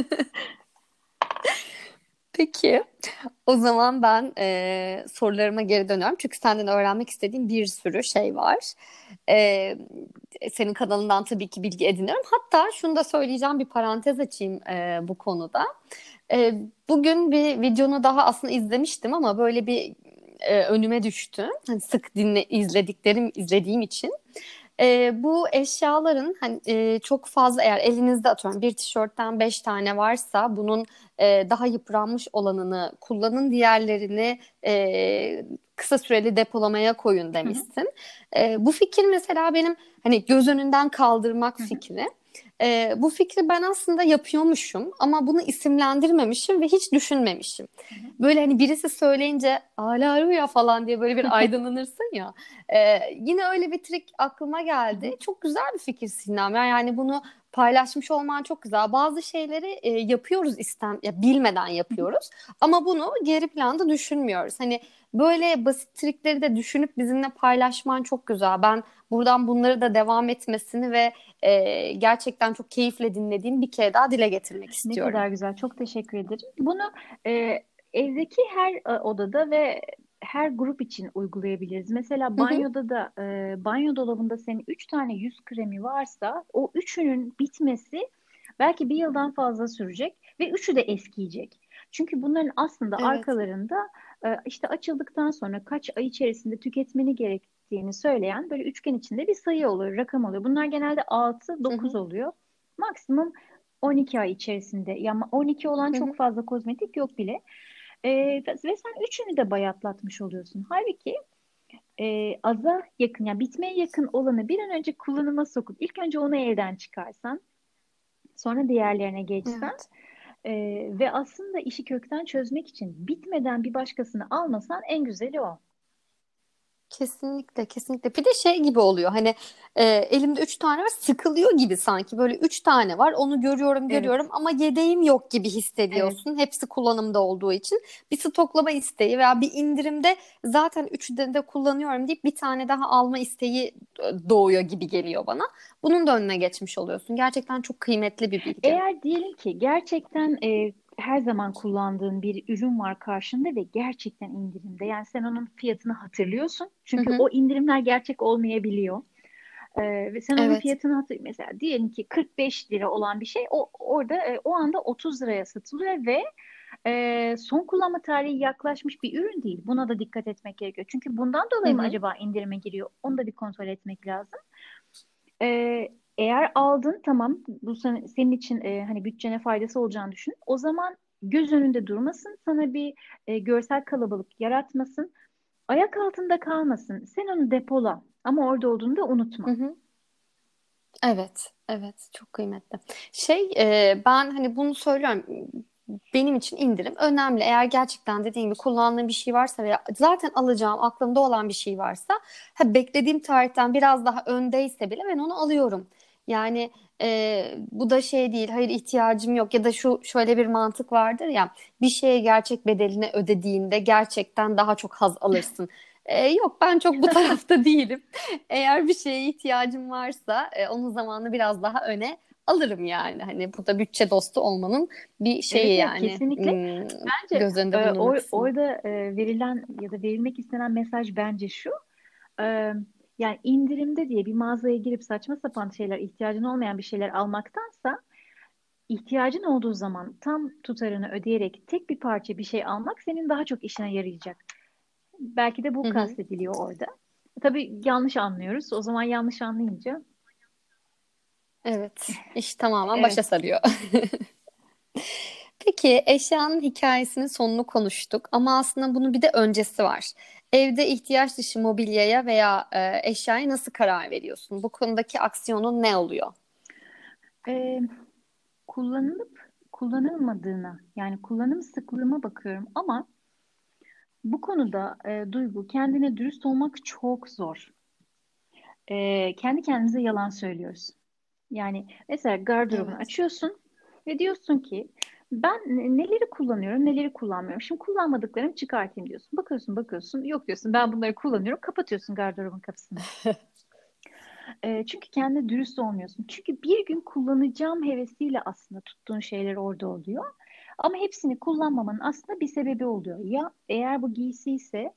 [SPEAKER 1] Peki, o zaman ben sorularıma geri dönüyorum. Çünkü senden öğrenmek istediğim bir sürü şey var. E, Senin kanalından tabii ki bilgi ediniyorum. Hatta şunu da söyleyeceğim, bir parantez açayım bu konuda. Bugün bir videonu daha aslında izlemiştim ama böyle bir önüme düştü. Hani sık izlediğim için. Bu eşyaların hani çok fazla, eğer elinizde atıyorum bir tişörtten 5 tane varsa bunun daha yıpranmış olanını kullanın, diğerlerini kısa süreli depolamaya koyun
[SPEAKER 2] Hı hı,
[SPEAKER 1] demişsin. Bu fikir mesela benim hani göz önünden kaldırmak
[SPEAKER 2] hı hı,
[SPEAKER 1] fikri. Bu fikri ben aslında yapıyormuşum ama bunu isimlendirmemişim ve hiç düşünmemişim.
[SPEAKER 2] hı hı.
[SPEAKER 1] Böyle hani birisi söyleyince ala ya falan diye böyle bir aydınlanırsın ya. Yine öyle bir trik aklıma
[SPEAKER 2] Hı
[SPEAKER 1] geldi.
[SPEAKER 2] hı.
[SPEAKER 1] Çok güzel bir fikir Sinem. Yani bunu paylaşmış olman çok güzel. Bazı şeyleri yapıyoruz ya bilmeden
[SPEAKER 2] Hı hı.
[SPEAKER 1] yapıyoruz. Ama bunu geri planda düşünmüyoruz. Hani böyle basit trikleri de düşünüp bizimle paylaşman çok güzel. Ben buradan bunları da devam etmesini ve gerçekten çok keyifle dinlediğim bir kere daha dile getirmek
[SPEAKER 2] Ne
[SPEAKER 1] istiyorum.
[SPEAKER 2] kadar güzel. Çok teşekkür ederim. Bunu evdeki her odada ve her grup için uygulayabiliriz. Mesela
[SPEAKER 1] Hı hı,
[SPEAKER 2] banyoda da banyo dolabında senin 3 tane yüz kremi varsa o üçünün bitmesi belki bir yıldan fazla sürecek ve üçü de eskiyecek. Çünkü bunların aslında
[SPEAKER 1] evet.
[SPEAKER 2] arkalarında işte açıldıktan sonra kaç ay içerisinde tüketmeni gerektiğini söyleyen böyle üçgen içinde bir sayı oluyor, rakam oluyor. Bunlar genelde 6,
[SPEAKER 1] Hı
[SPEAKER 2] 9
[SPEAKER 1] hı,
[SPEAKER 2] oluyor. Maksimum 12 ay içerisinde. Ya 12 olan
[SPEAKER 1] hı
[SPEAKER 2] çok
[SPEAKER 1] hı.
[SPEAKER 2] fazla kozmetik yok bile. Ve sen üçünü de bayatlatmış oluyorsun. Halbuki aza yakın, yani bitmeye yakın olanı bir an önce kullanıma sokup ilk önce onu elden çıkarsan, sonra diğerlerine geçsen
[SPEAKER 1] Evet.
[SPEAKER 2] e, ve aslında işi kökten çözmek için bitmeden bir başkasını almasan en güzeli o.
[SPEAKER 1] Kesinlikle, kesinlikle. Bir de şey gibi oluyor, hani elimde 3 tane var, sıkılıyor gibi sanki, böyle 3 tane var, onu görüyorum
[SPEAKER 2] Evet,
[SPEAKER 1] ama yedeğim yok gibi
[SPEAKER 2] evet.
[SPEAKER 1] hissediyorsun, hepsi kullanımda olduğu için. Bir stoklama isteği veya bir indirimde zaten üçü de kullanıyorum deyip bir tane daha alma isteği doğuyor gibi geliyor bana. Bunun da önüne geçmiş oluyorsun. Gerçekten çok kıymetli bir bilgi.
[SPEAKER 2] Eğer diyelim ki gerçekten her zaman kullandığın bir ürün var karşında ve gerçekten indirimde. Yani sen onun fiyatını hatırlıyorsun.
[SPEAKER 1] Hı
[SPEAKER 2] Çünkü
[SPEAKER 1] hı.
[SPEAKER 2] o indirimler gerçek olmayabiliyor. Ve sen onun
[SPEAKER 1] Evet.
[SPEAKER 2] fiyatını mesela diyelim ki 45 lira olan bir şey o orada o anda 30 liraya satılıyor ve son kullanma tarihi yaklaşmış bir ürün değil. Buna da dikkat etmek gerekiyor. Çünkü bundan
[SPEAKER 1] Hı
[SPEAKER 2] dolayı mı
[SPEAKER 1] hı.
[SPEAKER 2] acaba indirime giriyor? Onu da bir kontrol etmek lazım. Eğer aldın, tamam, bu senin için hani bütçene faydası olacağını düşün. O zaman göz önünde durmasın, sana bir görsel kalabalık yaratmasın, ayak altında kalmasın. Sen onu depola ama orada olduğunu da
[SPEAKER 1] Hı
[SPEAKER 2] unutma.
[SPEAKER 1] hı. Evet, evet, çok kıymetli. Ben hani bunu söylüyorum. Benim için indirim önemli. Eğer gerçekten dediğim gibi kullandığım bir şey varsa veya zaten alacağım aklımda olan bir şey varsa, beklediğim tarihten biraz daha öndeyse bile ben onu alıyorum. Yani bu da şey değil, hayır ihtiyacım yok ya da şöyle bir mantık vardır ya, bir şeye gerçek bedelini ödediğinde gerçekten daha çok haz alırsın. Yok, ben çok bu tarafta değilim. Eğer bir şeye ihtiyacım varsa onun zamanını biraz daha öne alırım yani. Hani bu da bütçe dostu olmanın bir
[SPEAKER 2] Evet,
[SPEAKER 1] şeyi
[SPEAKER 2] evet,
[SPEAKER 1] yani.
[SPEAKER 2] kesinlikle. Bence
[SPEAKER 1] Göz önünde bulundurmak istedim.
[SPEAKER 2] orada verilen ya da verilmek istenen mesaj bence şu. e, Yani indirimde diye bir mağazaya girip saçma sapan şeyler, ihtiyacın olmayan bir şeyler almaktansa ihtiyacın olduğu zaman tam tutarını ödeyerek tek bir parça bir şey almak senin daha çok işine yarayacak. Belki de
[SPEAKER 1] Hı
[SPEAKER 2] bu
[SPEAKER 1] hı.
[SPEAKER 2] kastediliyor orada. Tabii yanlış anlıyoruz. O zaman yanlış anlayınca
[SPEAKER 1] Evet, iş tamamen başa
[SPEAKER 2] evet.
[SPEAKER 1] sarıyor. Peki eşyanın hikayesinin sonunu konuştuk ama aslında bunun bir de öncesi var. Evde ihtiyaç dışı mobilyaya veya eşyaya nasıl karar veriyorsun? Bu konudaki aksiyonun ne oluyor?
[SPEAKER 2] E, Kullanılıp kullanılmadığına, yani kullanım sıklığıma bakıyorum ama bu konuda Duygu, kendine dürüst olmak çok zor. Kendi kendimize yalan söylüyoruz. Yani mesela gardırobunu
[SPEAKER 1] Evet.
[SPEAKER 2] açıyorsun ve diyorsun ki ben neleri kullanıyorum, neleri kullanmıyorum. Şimdi kullanmadıklarımı çıkartayım diyorsun. Bakıyorsun, bakıyorsun. Yok diyorsun, ben bunları kullanıyorum. Kapatıyorsun gardırobun kapısını. Çünkü kendine dürüst olmuyorsun. Çünkü bir gün kullanacağım hevesiyle aslında tuttuğun şeyler orada oluyor. Ama hepsini kullanmamanın aslında bir sebebi oluyor. Ya eğer bu giysi ise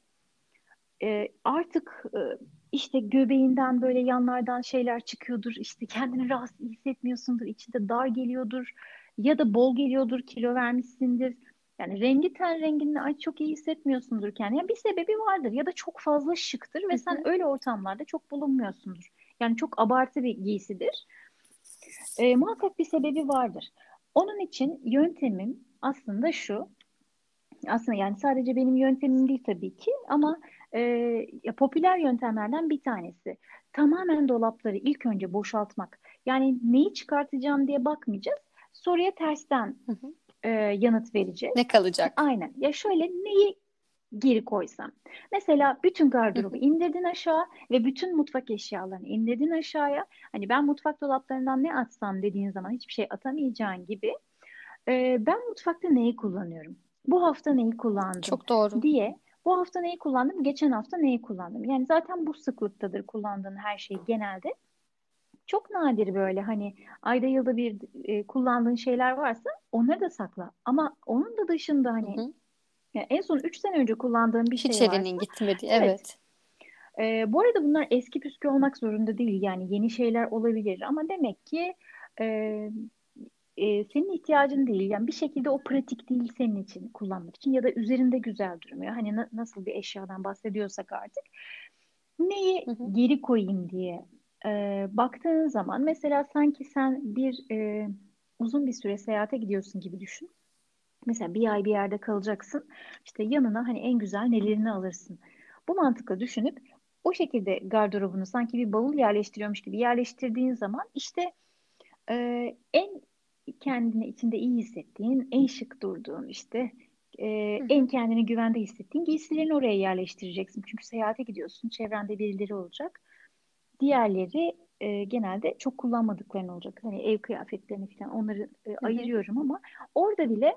[SPEAKER 2] artık işte göbeğinden böyle yanlardan şeyler çıkıyordur. İşte kendini rahatsız hissetmiyorsundur. İçinde dar geliyordur. Ya da bol geliyordur, kilo vermişsindir. Yani rengi ten rengini ay çok iyi hissetmiyorsundur kendini. Yani bir sebebi vardır ya da çok fazla şıktır
[SPEAKER 1] Hı
[SPEAKER 2] ve sen
[SPEAKER 1] hı.
[SPEAKER 2] öyle ortamlarda çok bulunmuyorsundur. Yani çok abartı bir giysidir. Muhakkak bir sebebi vardır. Onun için yöntemim aslında şu. Aslında yani sadece benim yöntemim değil tabii ki ama e, ya popüler yöntemlerden bir tanesi. Tamamen dolapları ilk önce boşaltmak. Yani neyi çıkartacağım diye bakmayacağız. Soruya tersten
[SPEAKER 1] Hı hı.
[SPEAKER 2] yanıt vereceğiz.
[SPEAKER 1] Ne kalacak?
[SPEAKER 2] Aynen. Ya şöyle neyi geri koysam. Mesela bütün
[SPEAKER 1] Hı
[SPEAKER 2] gardırobu
[SPEAKER 1] hı.
[SPEAKER 2] indirdin aşağı ve bütün mutfak eşyalarını indirdin aşağıya. Hani ben mutfak dolaplarından ne atsam dediğin zaman hiçbir şey atamayacağın gibi. Ben mutfakta neyi kullanıyorum? Bu hafta neyi kullandım
[SPEAKER 1] Çok doğru.
[SPEAKER 2] diye. Bu hafta neyi kullandım? Geçen hafta neyi kullandım? Yani zaten bu sıklıktadır kullandığın her şey genelde. Çok nadir böyle hani ayda yılda bir kullandığın şeyler varsa onları da sakla. Ama onun da dışında
[SPEAKER 1] Hı
[SPEAKER 2] hani
[SPEAKER 1] hı.
[SPEAKER 2] ya en son 3 sene önce kullandığım bir
[SPEAKER 1] Hiç
[SPEAKER 2] şey
[SPEAKER 1] elinin
[SPEAKER 2] varsa
[SPEAKER 1] gitmedi.
[SPEAKER 2] evet.
[SPEAKER 1] Evet.
[SPEAKER 2] Bu arada bunlar eski püskü olmak zorunda değil. Yani yeni şeyler olabilir ama demek ki e, senin ihtiyacın değil. Yani bir şekilde o pratik değil senin için kullanmak için ya da üzerinde güzel durmuyor. Hani nasıl bir eşyadan bahsediyorsak artık. Neyi
[SPEAKER 1] Hı hı.
[SPEAKER 2] geri koyayım diye baktığın zaman mesela sanki sen bir uzun bir süre seyahate gidiyorsun gibi düşün. Mesela bir ay bir yerde kalacaksın. İşte yanına hani en güzel nelerini alırsın. Bu mantıkla düşünüp o şekilde gardırobunu sanki bir bavul yerleştiriyormuş gibi yerleştirdiğin zaman işte en kendini içinde iyi hissettiğin, en şık durduğun işte
[SPEAKER 1] Hı
[SPEAKER 2] en
[SPEAKER 1] hı.
[SPEAKER 2] kendini güvende hissettiğin giysilerini oraya yerleştireceksin. Çünkü seyahate gidiyorsun, çevrende birileri olacak. Diğerleri genelde çok kullanmadıkların olacak. Hani ev kıyafetlerini falan onları
[SPEAKER 1] Hı hı.
[SPEAKER 2] ayırıyorum ama orada bile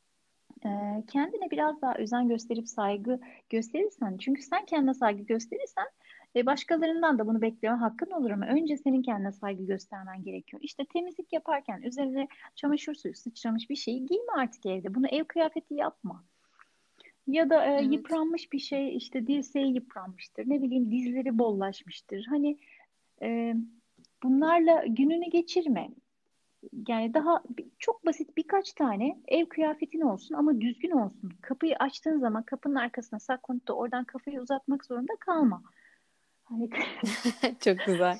[SPEAKER 2] kendine biraz daha özen gösterip saygı gösterirsen, çünkü sen kendine saygı gösterirsen başkalarından da bunu bekleme hakkın olur ama önce senin kendine saygı göstermen gerekiyor. İşte temizlik yaparken üzerine çamaşır suyu sıçramış bir şeyi giyme artık evde. Bunu ev kıyafeti yapma. Ya da
[SPEAKER 1] Evet.
[SPEAKER 2] yıpranmış bir şey işte dirseği yıpranmıştır. Ne bileyim dizleri bollaşmıştır. Hani e, bunlarla gününü geçirme. Yani daha çok basit birkaç tane ev kıyafetin olsun ama düzgün olsun. Kapıyı açtığın zaman kapının arkasına saklanıp da oradan kafayı uzatmak zorunda kalma. Hani
[SPEAKER 1] Çok güzel.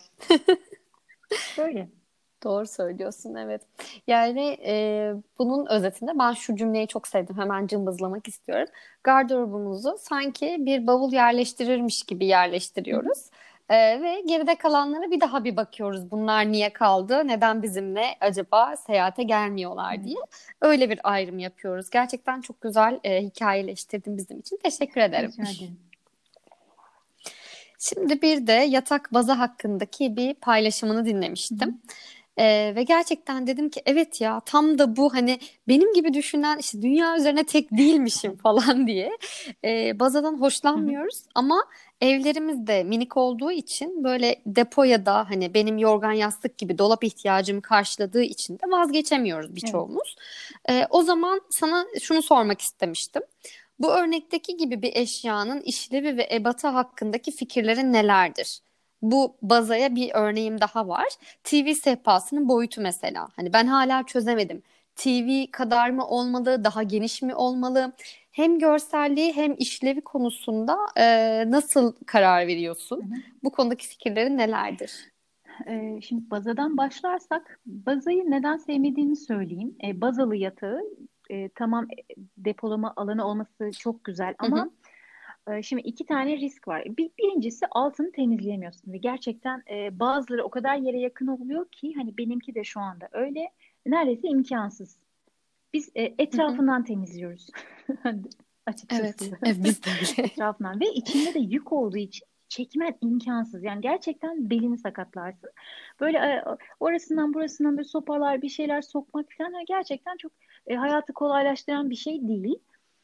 [SPEAKER 2] böyle.
[SPEAKER 1] Doğru söylüyorsun, evet. Yani bunun özetinde ben şu cümleyi çok sevdim. Hemen cımbızlamak istiyorum. Gardırobumuzu sanki bir bavul yerleştirirmiş gibi
[SPEAKER 2] Hı hı.
[SPEAKER 1] yerleştiriyoruz. Ve geride kalanlara bir daha bir bakıyoruz. Bunlar niye kaldı? Neden bizimle acaba seyahate gelmiyorlar
[SPEAKER 2] Evet.
[SPEAKER 1] diye. Öyle bir ayrım yapıyoruz. Gerçekten çok güzel hikayeleştirdin bizim için. Teşekkür ederim.
[SPEAKER 2] Rica ederim.
[SPEAKER 1] Şimdi bir de yatak bazı hakkındaki bir paylaşımını
[SPEAKER 2] Hı hı.
[SPEAKER 1] dinlemiştim. Ve gerçekten dedim ki evet ya, tam da bu, hani benim gibi düşünen, işte dünya üzerine tek değilmişim falan diye. Bazadan
[SPEAKER 2] Hı hı.
[SPEAKER 1] hoşlanmıyoruz ama evlerimiz de minik olduğu için, böyle depo ya da hani benim yorgan yastık gibi dolap ihtiyacımı karşıladığı için de vazgeçemiyoruz
[SPEAKER 2] Evet.
[SPEAKER 1] birçoğumuz. O zaman sana şunu sormak istemiştim. Bu örnekteki gibi bir eşyanın işlevi ve ebatı hakkındaki fikirlerin nelerdir? Bu bazaya bir örneğim daha var. TV sehpasının boyutu mesela. Hani ben hala çözemedim. TV kadar mı olmalı, daha geniş mi olmalı? Hem görselliği hem işlevi konusunda nasıl karar veriyorsun?
[SPEAKER 2] Hı hı.
[SPEAKER 1] Bu konudaki fikirlerin nelerdir?
[SPEAKER 2] Şimdi bazadan başlarsak, bazayı neden sevmediğimi söyleyeyim. Bazalı yatağı tamam, depolama alanı olması çok güzel
[SPEAKER 1] Hı
[SPEAKER 2] ama
[SPEAKER 1] hı,
[SPEAKER 2] şimdi iki tane risk var. Birincisi, altını temizleyemiyorsun ve gerçekten bazıları o kadar yere yakın oluyor ki, hani benimki de şu anda öyle, neredeyse imkansız. Biz
[SPEAKER 1] hı hı.
[SPEAKER 2] etrafından temizliyoruz. Açıkçası.
[SPEAKER 1] Evet, evet biz de öyle.
[SPEAKER 2] Etrafından ve içinde de yük olduğu için çekmen imkansız. Yani gerçekten belini sakatlarsın. Böyle orasından burasından böyle sopalar, bir şeyler sokmak falan, gerçekten çok hayatı kolaylaştıran bir şey değil.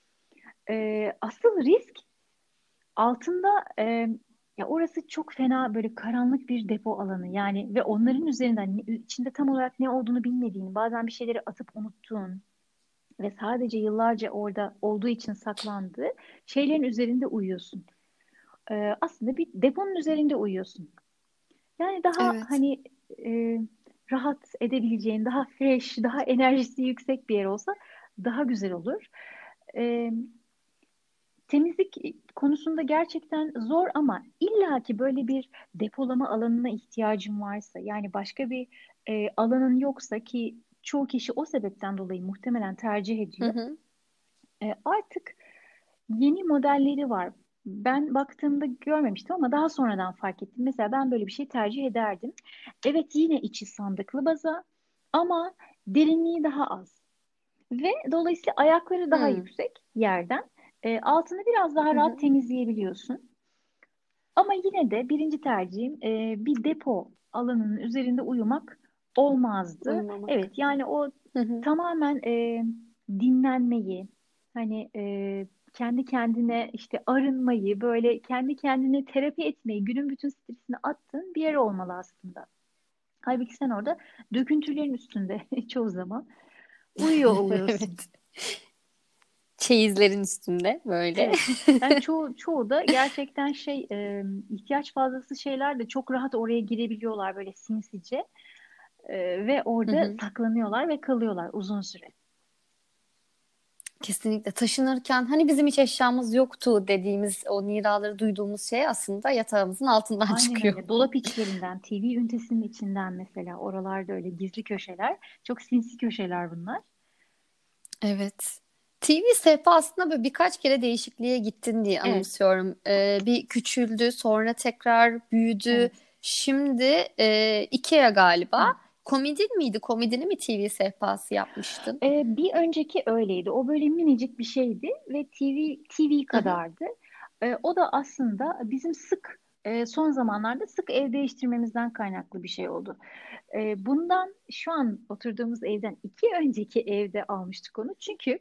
[SPEAKER 2] Asıl risk altında, ya orası çok fena böyle karanlık bir depo alanı yani, ve onların üzerinden içinde tam olarak ne olduğunu bilmediğin, bazen bir şeyleri atıp unuttuğun ve sadece yıllarca orada olduğu için saklandığı şeylerin üzerinde uyuyorsun. Aslında bir deponun üzerinde uyuyorsun. Yani daha
[SPEAKER 1] Evet.
[SPEAKER 2] hani e, rahat edebileceğin, daha fresh, daha enerjisi yüksek bir yer olsa daha güzel olur. E, Temizlik konusunda gerçekten zor ama illaki böyle bir depolama alanına ihtiyacın varsa, yani başka bir alanın yoksa, ki çoğu kişi o sebepten dolayı muhtemelen tercih
[SPEAKER 1] Hı
[SPEAKER 2] ediyor.
[SPEAKER 1] hı,
[SPEAKER 2] Artık yeni modelleri var. Ben baktığımda görmemiştim ama daha sonradan fark ettim. Mesela ben böyle bir şey tercih ederdim. Evet, yine içi sandıklı baza ama derinliği daha az. Ve dolayısıyla ayakları daha
[SPEAKER 1] hı
[SPEAKER 2] yüksek yerden. Altını biraz daha
[SPEAKER 1] hı,
[SPEAKER 2] rahat
[SPEAKER 1] hı.
[SPEAKER 2] temizleyebiliyorsun. Ama yine de birinci tercihim bir depo alanının üzerinde uyumak olmazdı. Evet,
[SPEAKER 1] Uyumamak.
[SPEAKER 2] yani o
[SPEAKER 1] Hı hı.
[SPEAKER 2] tamamen dinlenmeyi, hani kendi kendine işte arınmayı, böyle kendi kendine terapi etmeyi, günün bütün stresini attığın bir yer olmalı aslında. Halbuki sen orada döküntülerin üstünde çoğu zaman uyuyor oluyorsun.
[SPEAKER 1] Evet. Çeyizlerin üstünde böyle.
[SPEAKER 2] Evet. Yani çoğu da gerçekten ihtiyaç fazlası şeyler de çok rahat oraya girebiliyorlar böyle sinsice. Ve
[SPEAKER 1] Hı
[SPEAKER 2] orada
[SPEAKER 1] hı.
[SPEAKER 2] saklanıyorlar ve kalıyorlar uzun süre.
[SPEAKER 1] Kesinlikle taşınırken hani bizim hiç eşyamız yoktu dediğimiz o niraları duyduğumuz şey aslında yatağımızın altından
[SPEAKER 2] Aynen
[SPEAKER 1] çıkıyor.
[SPEAKER 2] öyle. Dolap içlerinden, TV ünitesinin içinden, mesela oralarda öyle gizli köşeler. Çok sinsi köşeler bunlar.
[SPEAKER 1] Evet. TV sehpasında böyle birkaç kere değişikliğe gittin diye
[SPEAKER 2] Evet,
[SPEAKER 1] anımsıyorum. Bir küçüldü, sonra tekrar büyüdü.
[SPEAKER 2] evet,
[SPEAKER 1] Şimdi IKEA galiba.
[SPEAKER 2] evet.
[SPEAKER 1] Komodin miydi? Komodini mi TV sehpası yapmıştın?
[SPEAKER 2] Bir önceki öyleydi. O böyle minicik bir şeydi ve TV
[SPEAKER 1] Hı hı,
[SPEAKER 2] kadardı. O da aslında bizim son zamanlarda sık ev değiştirmemizden kaynaklı bir şey oldu. Bundan, şu an oturduğumuz evden 2 önceki evde almıştık onu. Çünkü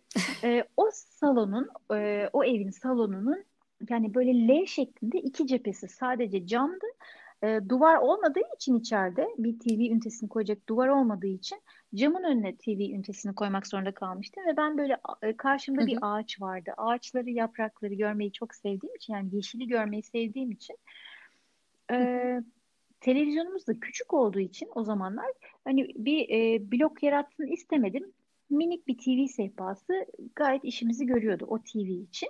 [SPEAKER 2] o evin salonunun, yani böyle L şeklinde iki cephesi sadece camdı. Duvar olmadığı için, içeride bir TV ünitesini koyacak duvar olmadığı için camın önüne TV ünitesini koymak zorunda kalmıştım ve ben böyle
[SPEAKER 1] hı
[SPEAKER 2] karşımda bir
[SPEAKER 1] hı,
[SPEAKER 2] ağaç vardı. Ağaçları, yaprakları görmeyi çok sevdiğim için, yani yeşili görmeyi sevdiğim için,
[SPEAKER 1] hı hı.
[SPEAKER 2] e, televizyonumuz da küçük olduğu için o zamanlar, hani bir blok yaratsın istemedim. Minik bir TV sehpası gayet işimizi görüyordu o TV için.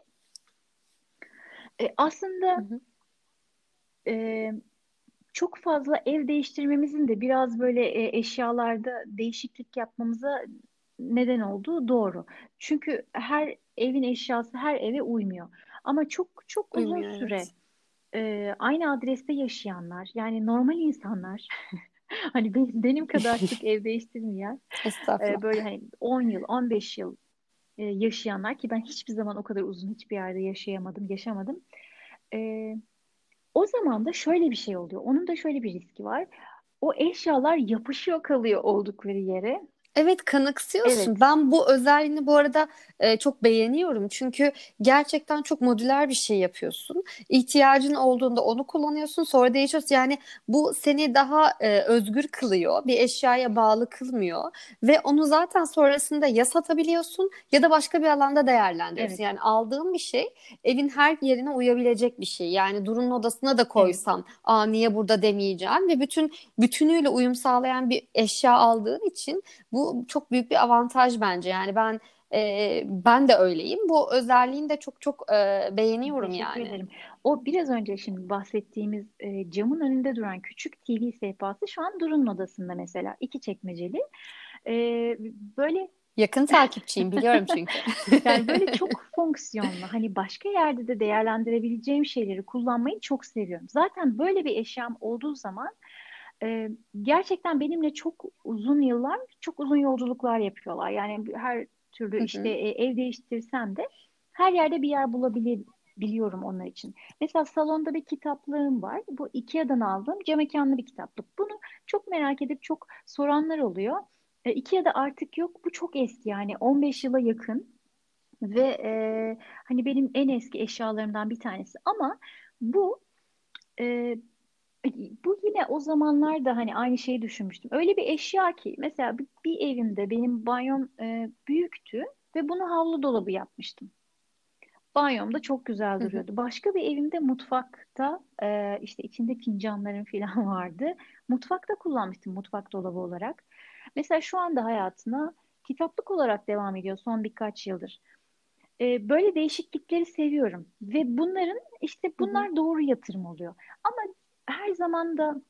[SPEAKER 1] Hı
[SPEAKER 2] Aslında
[SPEAKER 1] hı.
[SPEAKER 2] e, çok fazla ev değiştirmemizin de biraz böyle eşyalarda değişiklik yapmamıza neden olduğu doğru. Çünkü her evin eşyası her eve uymuyor. Ama çok çok uzun
[SPEAKER 1] Uyumuyor,
[SPEAKER 2] süre
[SPEAKER 1] evet.
[SPEAKER 2] aynı adreste yaşayanlar, yani normal insanlar, hani benim kadar sık ev değiştirmeyen,
[SPEAKER 1] Estağfurullah.
[SPEAKER 2] böyle hani 10 yıl, 15 yıl yaşayanlar, ki ben hiçbir zaman o kadar uzun hiçbir yerde yaşamadım. E, O zaman da şöyle bir şey oluyor. Onun da şöyle bir riski var. o eşyalar yapışıyor kalıyor oldukları yere.
[SPEAKER 1] Evet, kanıksıyorsun.
[SPEAKER 2] Evet,
[SPEAKER 1] Ben bu özelliğini bu arada çok beğeniyorum. Çünkü gerçekten çok modüler bir şey yapıyorsun. İhtiyacın olduğunda onu kullanıyorsun, sonra değişiyorsun. Yani bu seni daha özgür kılıyor. Bir eşyaya bağlı kılmıyor. Ve onu zaten sonrasında ya satabiliyorsun ya da başka bir alanda değerlendiriyorsun.
[SPEAKER 2] evet,
[SPEAKER 1] Yani aldığın bir şey evin her yerine uyabilecek bir şey. Yani Duru'nun odasına da
[SPEAKER 2] evet.
[SPEAKER 1] koysan, aa niye burada demeyeceğim ve bütünüyle uyum sağlayan bir eşya aldığın için bu çok büyük bir avantaj bence. Yani ben de öyleyim. Bu özelliğini de çok çok beğeniyorum
[SPEAKER 2] Teşekkür
[SPEAKER 1] yani.
[SPEAKER 2] ederim. O biraz önce şimdi bahsettiğimiz camın önünde duran küçük TV sehpası şu an Duru'nun odasında mesela. İki çekmeceli. E, Böyle
[SPEAKER 1] Yakın takipçiyim biliyorum çünkü.
[SPEAKER 2] yani böyle çok fonksiyonlu, hani başka yerde de değerlendirebileceğim şeyleri kullanmayı çok seviyorum. Zaten böyle bir eşyam olduğu zaman e, gerçekten benimle çok uzun yıllar, çok uzun yolculuklar yapıyorlar. Yani her türlü
[SPEAKER 1] Hı
[SPEAKER 2] işte
[SPEAKER 1] hı,
[SPEAKER 2] ev değiştirsem de her yerde bir yer bulabiliyorum onlar için. Mesela salonda bir kitaplığım var. Bu IKEA'dan aldığım cam mekanlı bir kitaplık. Bunu çok merak edip çok soranlar oluyor. IKEA'da artık yok. Bu çok eski, yani 15 yıla yakın ve hani benim en eski eşyalarımdan bir tanesi. Ama bu e, bu yine o zamanlarda hani aynı şeyi düşünmüştüm. Öyle bir eşya ki mesela bir evimde benim banyom büyüktü ve bunu havlu dolabı yapmıştım. Banyomda çok güzel
[SPEAKER 1] hı hı.
[SPEAKER 2] duruyordu. Başka bir evimde mutfakta işte içinde fincanlarım falan vardı. Mutfakta kullanmıştım, mutfak dolabı olarak. Mesela şu anda hayatına kitaplık olarak devam ediyor son birkaç yıldır. Böyle değişiklikleri seviyorum ve bunların işte
[SPEAKER 1] Hı hı.
[SPEAKER 2] bunlar doğru yatırım oluyor. Ama her zaman da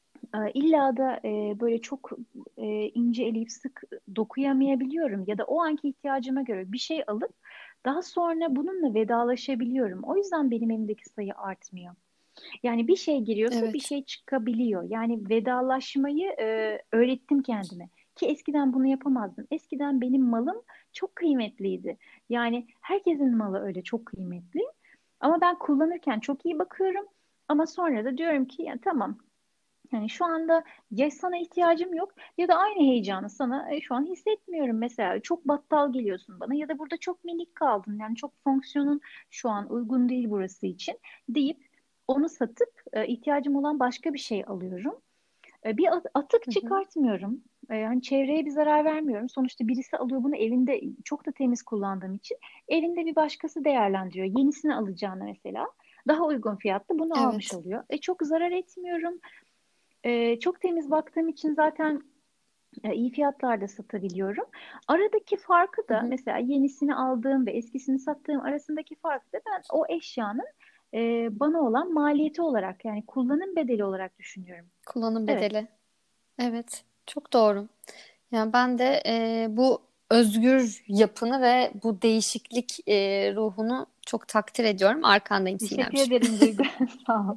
[SPEAKER 2] illa da böyle çok ince eleyip sık dokuyamayabiliyorum ya da o anki ihtiyacıma göre bir şey alıp daha sonra bununla vedalaşabiliyorum. O yüzden benim elimdeki sayı artmıyor. Yani bir şey giriyorsa bir
[SPEAKER 1] Evet.
[SPEAKER 2] şey çıkabiliyor. Yani vedalaşmayı öğrettim kendime. Ki eskiden bunu yapamazdım. Eskiden benim malım çok kıymetliydi. Yani herkesin malı öyle çok kıymetli. Ama ben kullanırken çok iyi bakıyorum. Ama sonra da diyorum ki ya tamam. Yani şu anda ya sana ihtiyacım yok ya da aynı heyecanı sana şu an hissetmiyorum. Mesela çok battal geliyorsun bana ya da burada çok minik kaldın. Yani çok fonksiyonun şu an uygun değil burası için deyip onu satıp ihtiyacım olan başka bir şey alıyorum. Bir atık
[SPEAKER 1] Hı hı.
[SPEAKER 2] çıkartmıyorum. Hani çevreye bir zarar vermiyorum. Sonuçta birisi alıyor bunu evinde, çok da temiz kullandığım için evinde bir başkası değerlendiriyor. Yenisini alacağını mesela daha uygun fiyatlı bunu almış
[SPEAKER 1] Evet.
[SPEAKER 2] oluyor. Çok zarar etmiyorum. Çok temiz baktığım için zaten iyi fiyatlarda satabiliyorum. Aradaki farkı
[SPEAKER 1] Hı
[SPEAKER 2] da
[SPEAKER 1] hı.
[SPEAKER 2] mesela yenisini aldığım ve eskisini sattığım arasındaki farkı da ben o eşyanın bana olan maliyeti olarak, yani kullanım bedeli olarak düşünüyorum.
[SPEAKER 1] Kullanım
[SPEAKER 2] Evet,
[SPEAKER 1] bedeli. Evet. Çok doğru. Yani ben de bu özgür yapını ve bu değişiklik ruhunu çok takdir ediyorum. Arkandayım
[SPEAKER 2] teşekkür
[SPEAKER 1] Sinemciğim.
[SPEAKER 2] ederim Duygu. Sağ ol.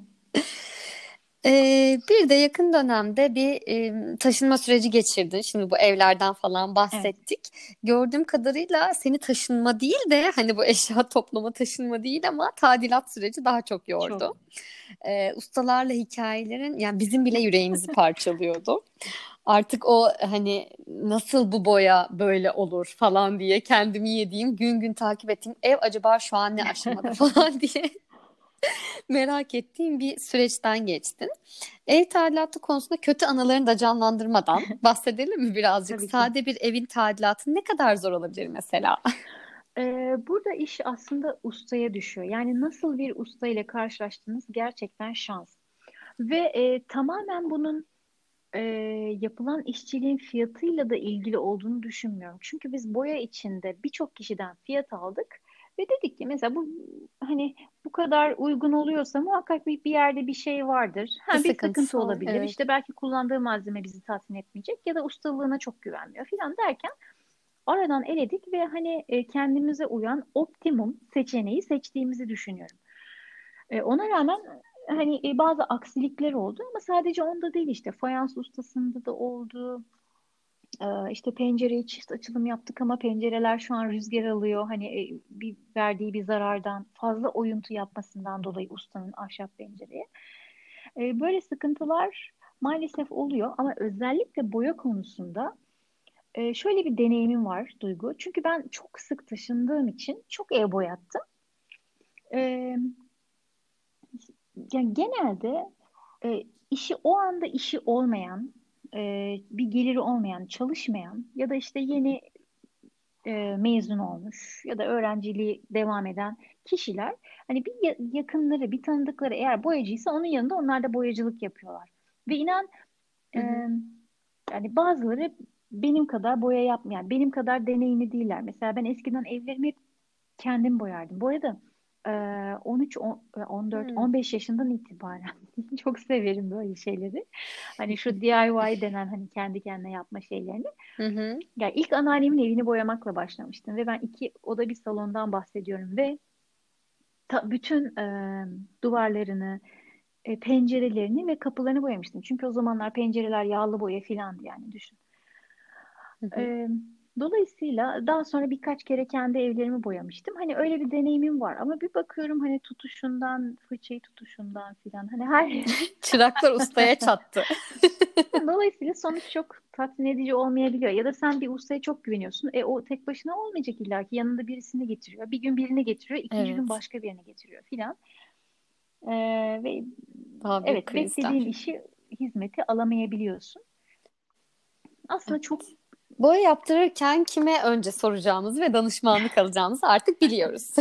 [SPEAKER 1] Bir de yakın dönemde bir taşınma süreci geçirdin. Şimdi bu evlerden falan
[SPEAKER 2] Evet,
[SPEAKER 1] bahsettik. Gördüğüm kadarıyla seni taşınma değil de hani bu eşya toplama taşınma değil ama tadilat süreci daha çok yordu.
[SPEAKER 2] çok.
[SPEAKER 1] Ustalarla hikayelerin yani bizim bile yüreğimizi parçalıyordu. Artık o hani nasıl bu boya böyle olur falan diye kendimi yediğim gün gün takip ettiğim ev acaba şu an ne aşamada falan diye merak ettiğim bir süreçten geçtin. Ev tadilatı konusunda kötü anılarını da canlandırmadan bahsedelim mi birazcık?
[SPEAKER 2] Tabii ki.
[SPEAKER 1] Sade bir evin tadilatı ne kadar zor olabilir mesela?
[SPEAKER 2] Burada iş aslında ustaya düşüyor. Yani nasıl bir usta ile karşılaştığınız gerçekten şans. Ve tamamen bunun e, yapılan işçiliğin fiyatıyla da ilgili olduğunu düşünmüyorum. Çünkü biz boya içinde birçok kişiden fiyat aldık ve dedik ki mesela bu hani bu kadar uygun oluyorsa muhakkak bir yerde bir şey vardır.
[SPEAKER 1] Bir
[SPEAKER 2] Ha, bir sıkıntı
[SPEAKER 1] sıkıntısı var,
[SPEAKER 2] olabilir.
[SPEAKER 1] evet.
[SPEAKER 2] İşte belki kullandığı malzeme bizi tatmin etmeyecek ya da ustalığına çok güvenmiyor falan derken aradan eledik ve hani kendimize uyan optimum seçeneği seçtiğimizi düşünüyorum. Ona rağmen hani bazı aksilikler oldu ama sadece onda değil, işte fayans ustasında da oldu. İşte pencereyi çift açılım yaptık ama pencereler şu an rüzgar alıyor. Hani bir verdiği bir zarardan, fazla oyuntu yapmasından dolayı ustanın ahşap pencereye. Böyle sıkıntılar maalesef oluyor ama özellikle boya konusunda şöyle bir deneyimim var Duygu. Çünkü ben çok sık taşındığım için çok ev boyattım. E, Yani genelde işi o anda işi olmayan, bir geliri olmayan, çalışmayan ya da işte yeni mezun olmuş ya da öğrenciliği devam eden kişiler hani bir yakınları, bir tanıdıkları eğer boyacıysa onun yanında onlar da boyacılık yapıyorlar. Ve inan
[SPEAKER 1] Hı hı.
[SPEAKER 2] e, yani bazıları benim kadar boya yapmayan, benim kadar deneyimli değiller. Mesela ben eskiden evlerimi hep kendim boyardım. Bu arada 13, 14,
[SPEAKER 1] Hı
[SPEAKER 2] 15 yaşından itibaren çok severim böyle şeyleri. Hani şu DIY denen hani kendi kendine yapma şeylerini.
[SPEAKER 1] hı. Hı.
[SPEAKER 2] Ya ilk anneannemin evini boyamakla başlamıştım ve ben iki oda bir salondan bahsediyorum ve bütün duvarlarını, pencerelerini ve kapılarını boyamıştım. Çünkü o zamanlar pencereler yağlı boya filandı yani düşün.
[SPEAKER 1] Hı hı.
[SPEAKER 2] Ee, Dolayısıyla daha sonra birkaç kere kendi evlerimi boyamıştım. Hani öyle bir deneyimim var ama bir bakıyorum hani tutuşundan, fırçayı tutuşundan filan hani her
[SPEAKER 1] Çıraklar ustaya çattı.
[SPEAKER 2] dolayısıyla sonuç çok tatmin edici olmayabiliyor. Ya da sen bir ustaya çok güveniyorsun. O tek başına olmayacak illa ki yanında birisini getiriyor. Bir gün birini getiriyor, ikinci gün
[SPEAKER 1] Evet.
[SPEAKER 2] başka birini getiriyor filan. Ve
[SPEAKER 1] Daha büyük
[SPEAKER 2] evet beklediğin
[SPEAKER 1] krizler.
[SPEAKER 2] işi, hizmeti alamayabiliyorsun. Aslında çok
[SPEAKER 1] Evet. Boya yaptırırken kime önce soracağımızı ve danışmanlık alacağımızı artık biliyoruz.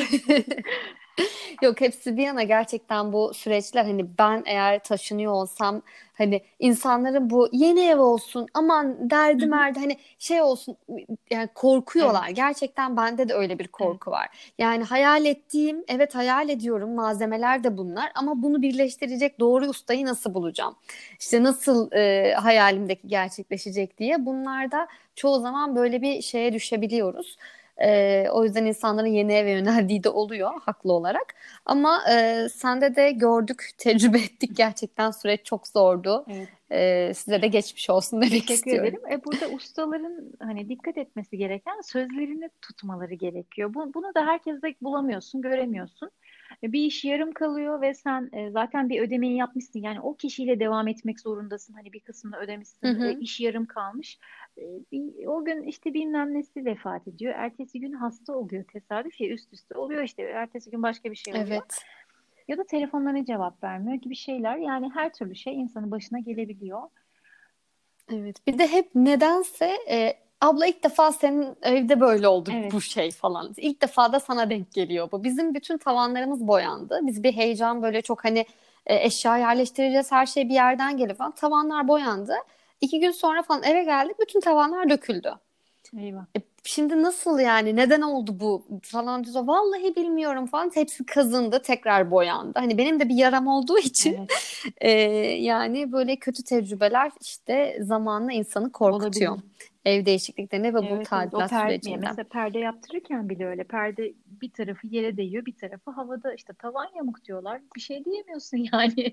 [SPEAKER 1] Yok, hepsi bir yana, gerçekten bu süreçler, hani ben eğer taşınıyor olsam, hani insanların bu yeni ev olsun aman
[SPEAKER 2] hı
[SPEAKER 1] derdi
[SPEAKER 2] hı,
[SPEAKER 1] merdi, hani şey olsun, yani
[SPEAKER 2] evet,
[SPEAKER 1] korkuyorlar. Gerçekten bende de öyle bir
[SPEAKER 2] evet,
[SPEAKER 1] korku var. Yani hayal ettiğim, evet hayal ediyorum, malzemeler de bunlar, ama bunu birleştirecek doğru ustayı nasıl bulacağım? İşte nasıl hayalimdeki gerçekleşecek diye, bunlarda çoğu zaman böyle bir şeye düşebiliyoruz. O yüzden insanların yeni eve yöneldiği de oluyor haklı olarak. Ama sende de gördük, tecrübe ettik. Gerçekten süreç çok zordu.
[SPEAKER 2] evet.
[SPEAKER 1] Size de geçmiş olsun demek
[SPEAKER 2] Teşekkür ederim.
[SPEAKER 1] istiyorum.
[SPEAKER 2] Burada ustaların hani dikkat etmesi gereken sözlerini tutmaları gerekiyor. Bunu da herkes de bulamıyorsun, göremiyorsun. Bir iş yarım kalıyor ve sen zaten bir ödemeyi yapmışsın. Yani o kişiyle devam etmek zorundasın. Hani bir kısmını
[SPEAKER 1] Hı
[SPEAKER 2] ödemişsin,
[SPEAKER 1] hı.
[SPEAKER 2] iş yarım kalmış. O gün işte bilmem nesi vefat ediyor. Ertesi gün hasta oluyor tesadüf ya üst üste oluyor işte. Ertesi gün başka bir şey oluyor.
[SPEAKER 1] Evet.
[SPEAKER 2] Ya da telefonlarına cevap vermiyor gibi şeyler. Yani her türlü şey insanın başına gelebiliyor.
[SPEAKER 1] Evet. Bir de hep nedense abla ilk defa senin evde böyle oldu
[SPEAKER 2] Evet.
[SPEAKER 1] bu şey falan. İlk defa da sana denk geliyor bu. Bizim bütün tavanlarımız boyandı. Biz bir heyecan, böyle çok hani eşya yerleştireceğiz, her şey bir yerden geliyor falan. Tavanlar boyandı. 2 gün sonra falan eve geldik, bütün tavanlar döküldü.
[SPEAKER 2] Eyvah.
[SPEAKER 1] Şimdi nasıl yani, neden oldu bu falan diyorsa, vallahi bilmiyorum falan, hepsi kazındı, tekrar boyandı. Hani benim de bir yaram olduğu için
[SPEAKER 2] Evet.
[SPEAKER 1] e, yani böyle kötü tecrübeler işte zamanla insanı korkutuyor.
[SPEAKER 2] Olabilir.
[SPEAKER 1] Ev değişikliklerinde ve bu
[SPEAKER 2] Evet, evet. O
[SPEAKER 1] tadilat sürecinde.
[SPEAKER 2] mesela perde yaptırırken bile öyle. Perde bir tarafı yere değiyor, bir tarafı havada. İşte tavan yamuk diyorlar. Bir şey diyemiyorsun yani.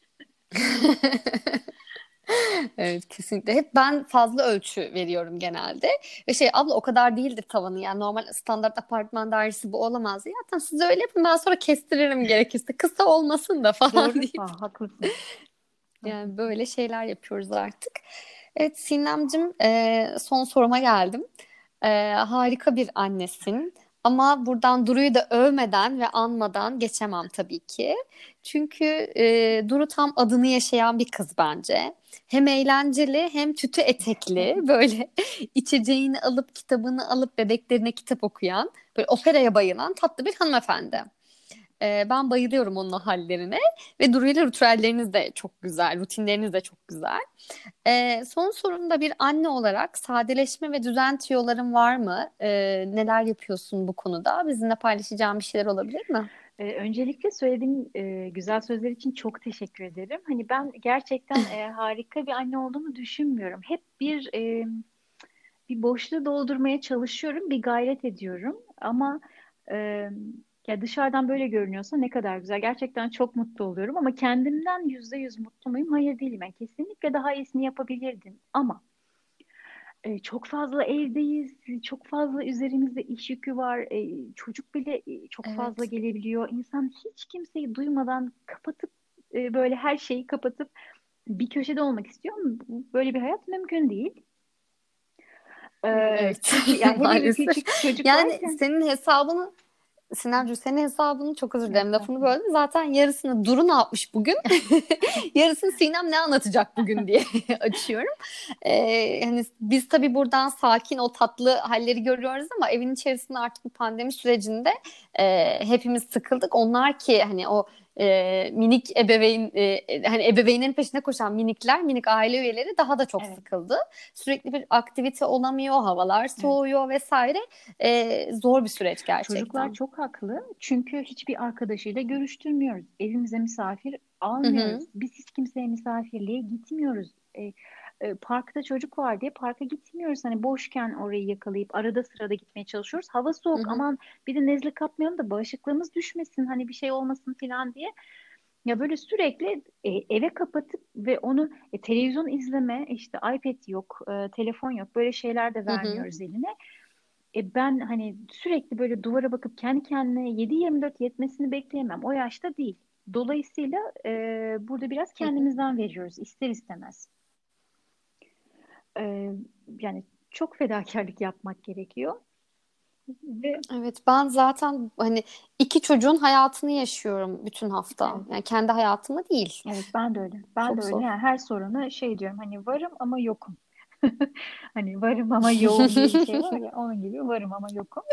[SPEAKER 1] Evet, kesinlikle. Hep ben fazla ölçü veriyorum genelde. Ve şey, abla o kadar değildir tavanı, yani normal standart apartman dairesi bu olamaz. Zaten siz öyle yapın, ben sonra kestiririm gerekirse. Kısa olmasın da falan
[SPEAKER 2] Doğru.
[SPEAKER 1] deyip.
[SPEAKER 2] Haklısın.
[SPEAKER 1] Yani
[SPEAKER 2] Haklısın.
[SPEAKER 1] böyle şeyler yapıyoruz artık. Evet Sinemcim, son soruma geldim. Harika bir annesin. Ama buradan Duru'yu da övmeden ve anmadan geçemem tabii ki. Çünkü Duru tam adını yaşayan bir kız bence. Hem eğlenceli hem tütü etekli, böyle içeceğini alıp kitabını alıp bebeklerine kitap okuyan, böyle operaya bayılan tatlı bir hanımefendi. Ben bayılıyorum onun o hallerine, ve Duru'yla ritüelleriniz de çok güzel, rutinleriniz de çok güzel. Son sorum da, bir anne olarak sadeleşme ve düzen tüyoların var mı? Neler yapıyorsun bu konuda? Bizimle paylaşacağın bir şeyler olabilir mi?
[SPEAKER 2] Öncelikle söylediğin güzel sözler için çok teşekkür ederim. Hani ben gerçekten harika bir anne olduğumu düşünmüyorum. Hep bir boşluğu doldurmaya çalışıyorum, bir gayret ediyorum. Ama e, ya dışarıdan böyle görünüyorsa ne kadar güzel. Gerçekten çok mutlu oluyorum. Ama kendimden %100 mutlu muyum? Hayır değilim. Yani kesinlikle daha iyisini yapabilirdim. Ama çok fazla evdeyiz, çok fazla üzerimizde iş yükü var. Çocuk bile çok fazla
[SPEAKER 1] Evet.
[SPEAKER 2] gelebiliyor. İnsan hiç kimseyi duymadan kapatıp böyle her şeyi kapatıp bir köşede olmak istiyor ama böyle bir hayat mümkün değil.
[SPEAKER 1] Evet,
[SPEAKER 2] Çünkü yani hele bir
[SPEAKER 1] maalesef.
[SPEAKER 2] küçük çocuk
[SPEAKER 1] Yani
[SPEAKER 2] varken.
[SPEAKER 1] senin hesabını Sinemciğim, senin hesabını çok özür dilerim lafını
[SPEAKER 2] Estağfurullah.
[SPEAKER 1] böldüm. Zaten yarısını Duru ne yapmış bugün? Yarısını Sinem ne anlatacak bugün diye açıyorum. Hani biz tabii buradan sakin o tatlı halleri görüyoruz ama evin içerisinde artık bu pandemi sürecinde hepimiz sıkıldık. Onlar ki hani o minik ebeveyn hani ebeveynlerin peşinde koşan minikler, minik aile üyeleri daha da çok
[SPEAKER 2] Evet,
[SPEAKER 1] sıkıldı. Sürekli bir aktivite olamıyor, havalar
[SPEAKER 2] evet.
[SPEAKER 1] soğuyor vesaire. Zor bir süreç
[SPEAKER 2] Çocuklar
[SPEAKER 1] gerçekten.
[SPEAKER 2] çok haklı. Çünkü hiçbir arkadaşıyla görüştürmüyoruz. Evimize misafir
[SPEAKER 1] Hı
[SPEAKER 2] almıyoruz.
[SPEAKER 1] hı,
[SPEAKER 2] Biz hiç kimseye misafirliğe gitmiyoruz. Parkta çocuk var diye parka gitmiyoruz. Hani boşken orayı yakalayıp arada sırada gitmeye çalışıyoruz. Hava
[SPEAKER 1] hı
[SPEAKER 2] soğuk,
[SPEAKER 1] hı,
[SPEAKER 2] aman bir de nezle kapmayalım da bağışıklığımız düşmesin, hani bir şey olmasın falan diye. Ya böyle sürekli eve kapatıp ve onu televizyon izleme, işte iPad yok, telefon yok, böyle şeyler de
[SPEAKER 1] hı hı.
[SPEAKER 2] vermiyoruz eline. Ben hani sürekli böyle duvara bakıp kendi kendine 7/24 yetmesini bekleyemem. O yaşta değil. Dolayısıyla burada biraz
[SPEAKER 1] Hı hı.
[SPEAKER 2] kendimizden veriyoruz ister istemez. E, Yani çok fedakarlık yapmak gerekiyor ve
[SPEAKER 1] Evet, ben zaten hani iki çocuğun hayatını yaşıyorum bütün hafta.
[SPEAKER 2] evet,
[SPEAKER 1] Yani kendi hayatımı değil.
[SPEAKER 2] evet, ben de öyle. Ben de
[SPEAKER 1] Çok
[SPEAKER 2] öyle.
[SPEAKER 1] zor.
[SPEAKER 2] Yani her soruna şey diyorum, hani varım ama yokum. Hani varım ama yoğum diye bir şey var ya, onun gibi varım ama yokum.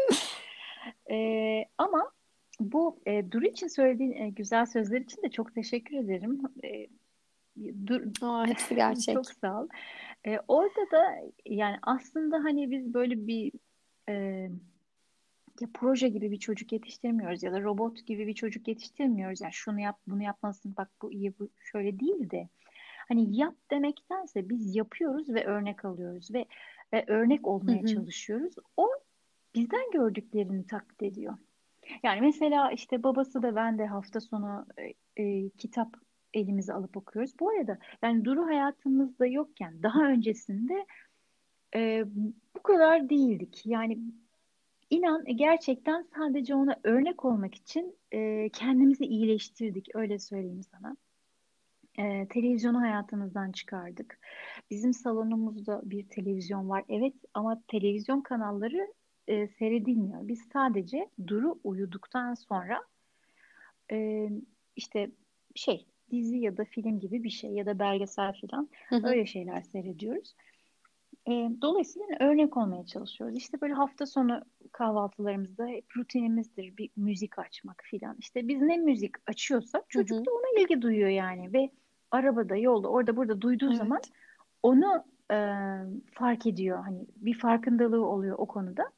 [SPEAKER 2] Ama bu Duru için söylediğin güzel sözler için de çok teşekkür ederim. Dur,
[SPEAKER 1] Aa, hepsi
[SPEAKER 2] çok
[SPEAKER 1] gerçek.
[SPEAKER 2] sağ ol. Orada da yani aslında hani biz böyle bir e, ya proje gibi bir çocuk yetiştirmiyoruz ya da robot gibi bir çocuk yetiştirmiyoruz. Yani şunu yap, bunu yapmalısın, bak bu iyi, bu şöyle değil de. Hani yap demektense biz yapıyoruz ve örnek alıyoruz ve örnek
[SPEAKER 1] Hı
[SPEAKER 2] olmaya
[SPEAKER 1] hı,
[SPEAKER 2] çalışıyoruz. O bizden gördüklerini taklit ediyor. Yani mesela işte babası da ben de hafta sonu kitap elimize alıp okuyoruz. Bu arada yani Duru hayatımızda yokken daha öncesinde e, bu kadar değildik. Yani inan gerçekten sadece ona örnek olmak için kendimizi iyileştirdik, öyle söyleyeyim sana. Televizyonu hayatımızdan çıkardık. Bizim salonumuzda bir televizyon var, evet, ama televizyon kanalları seyredilmiyor. Biz sadece Duru uyuduktan sonra e, işte şey, dizi ya da film gibi bir şey ya da belgesel falan,
[SPEAKER 1] hı hı,
[SPEAKER 2] öyle şeyler seyrediyoruz. Dolayısıyla örnek olmaya çalışıyoruz. İşte böyle hafta sonu kahvaltılarımızda hep rutinimizdir bir müzik açmak filan. İşte biz ne müzik açıyorsak
[SPEAKER 1] hı
[SPEAKER 2] çocuk
[SPEAKER 1] hı.
[SPEAKER 2] da ona ilgi duyuyor yani ve arabada, yolda, orada burada duyduğu zaman
[SPEAKER 1] Evet.
[SPEAKER 2] onu fark ediyor. Hani bir farkındalığı oluyor o konuda.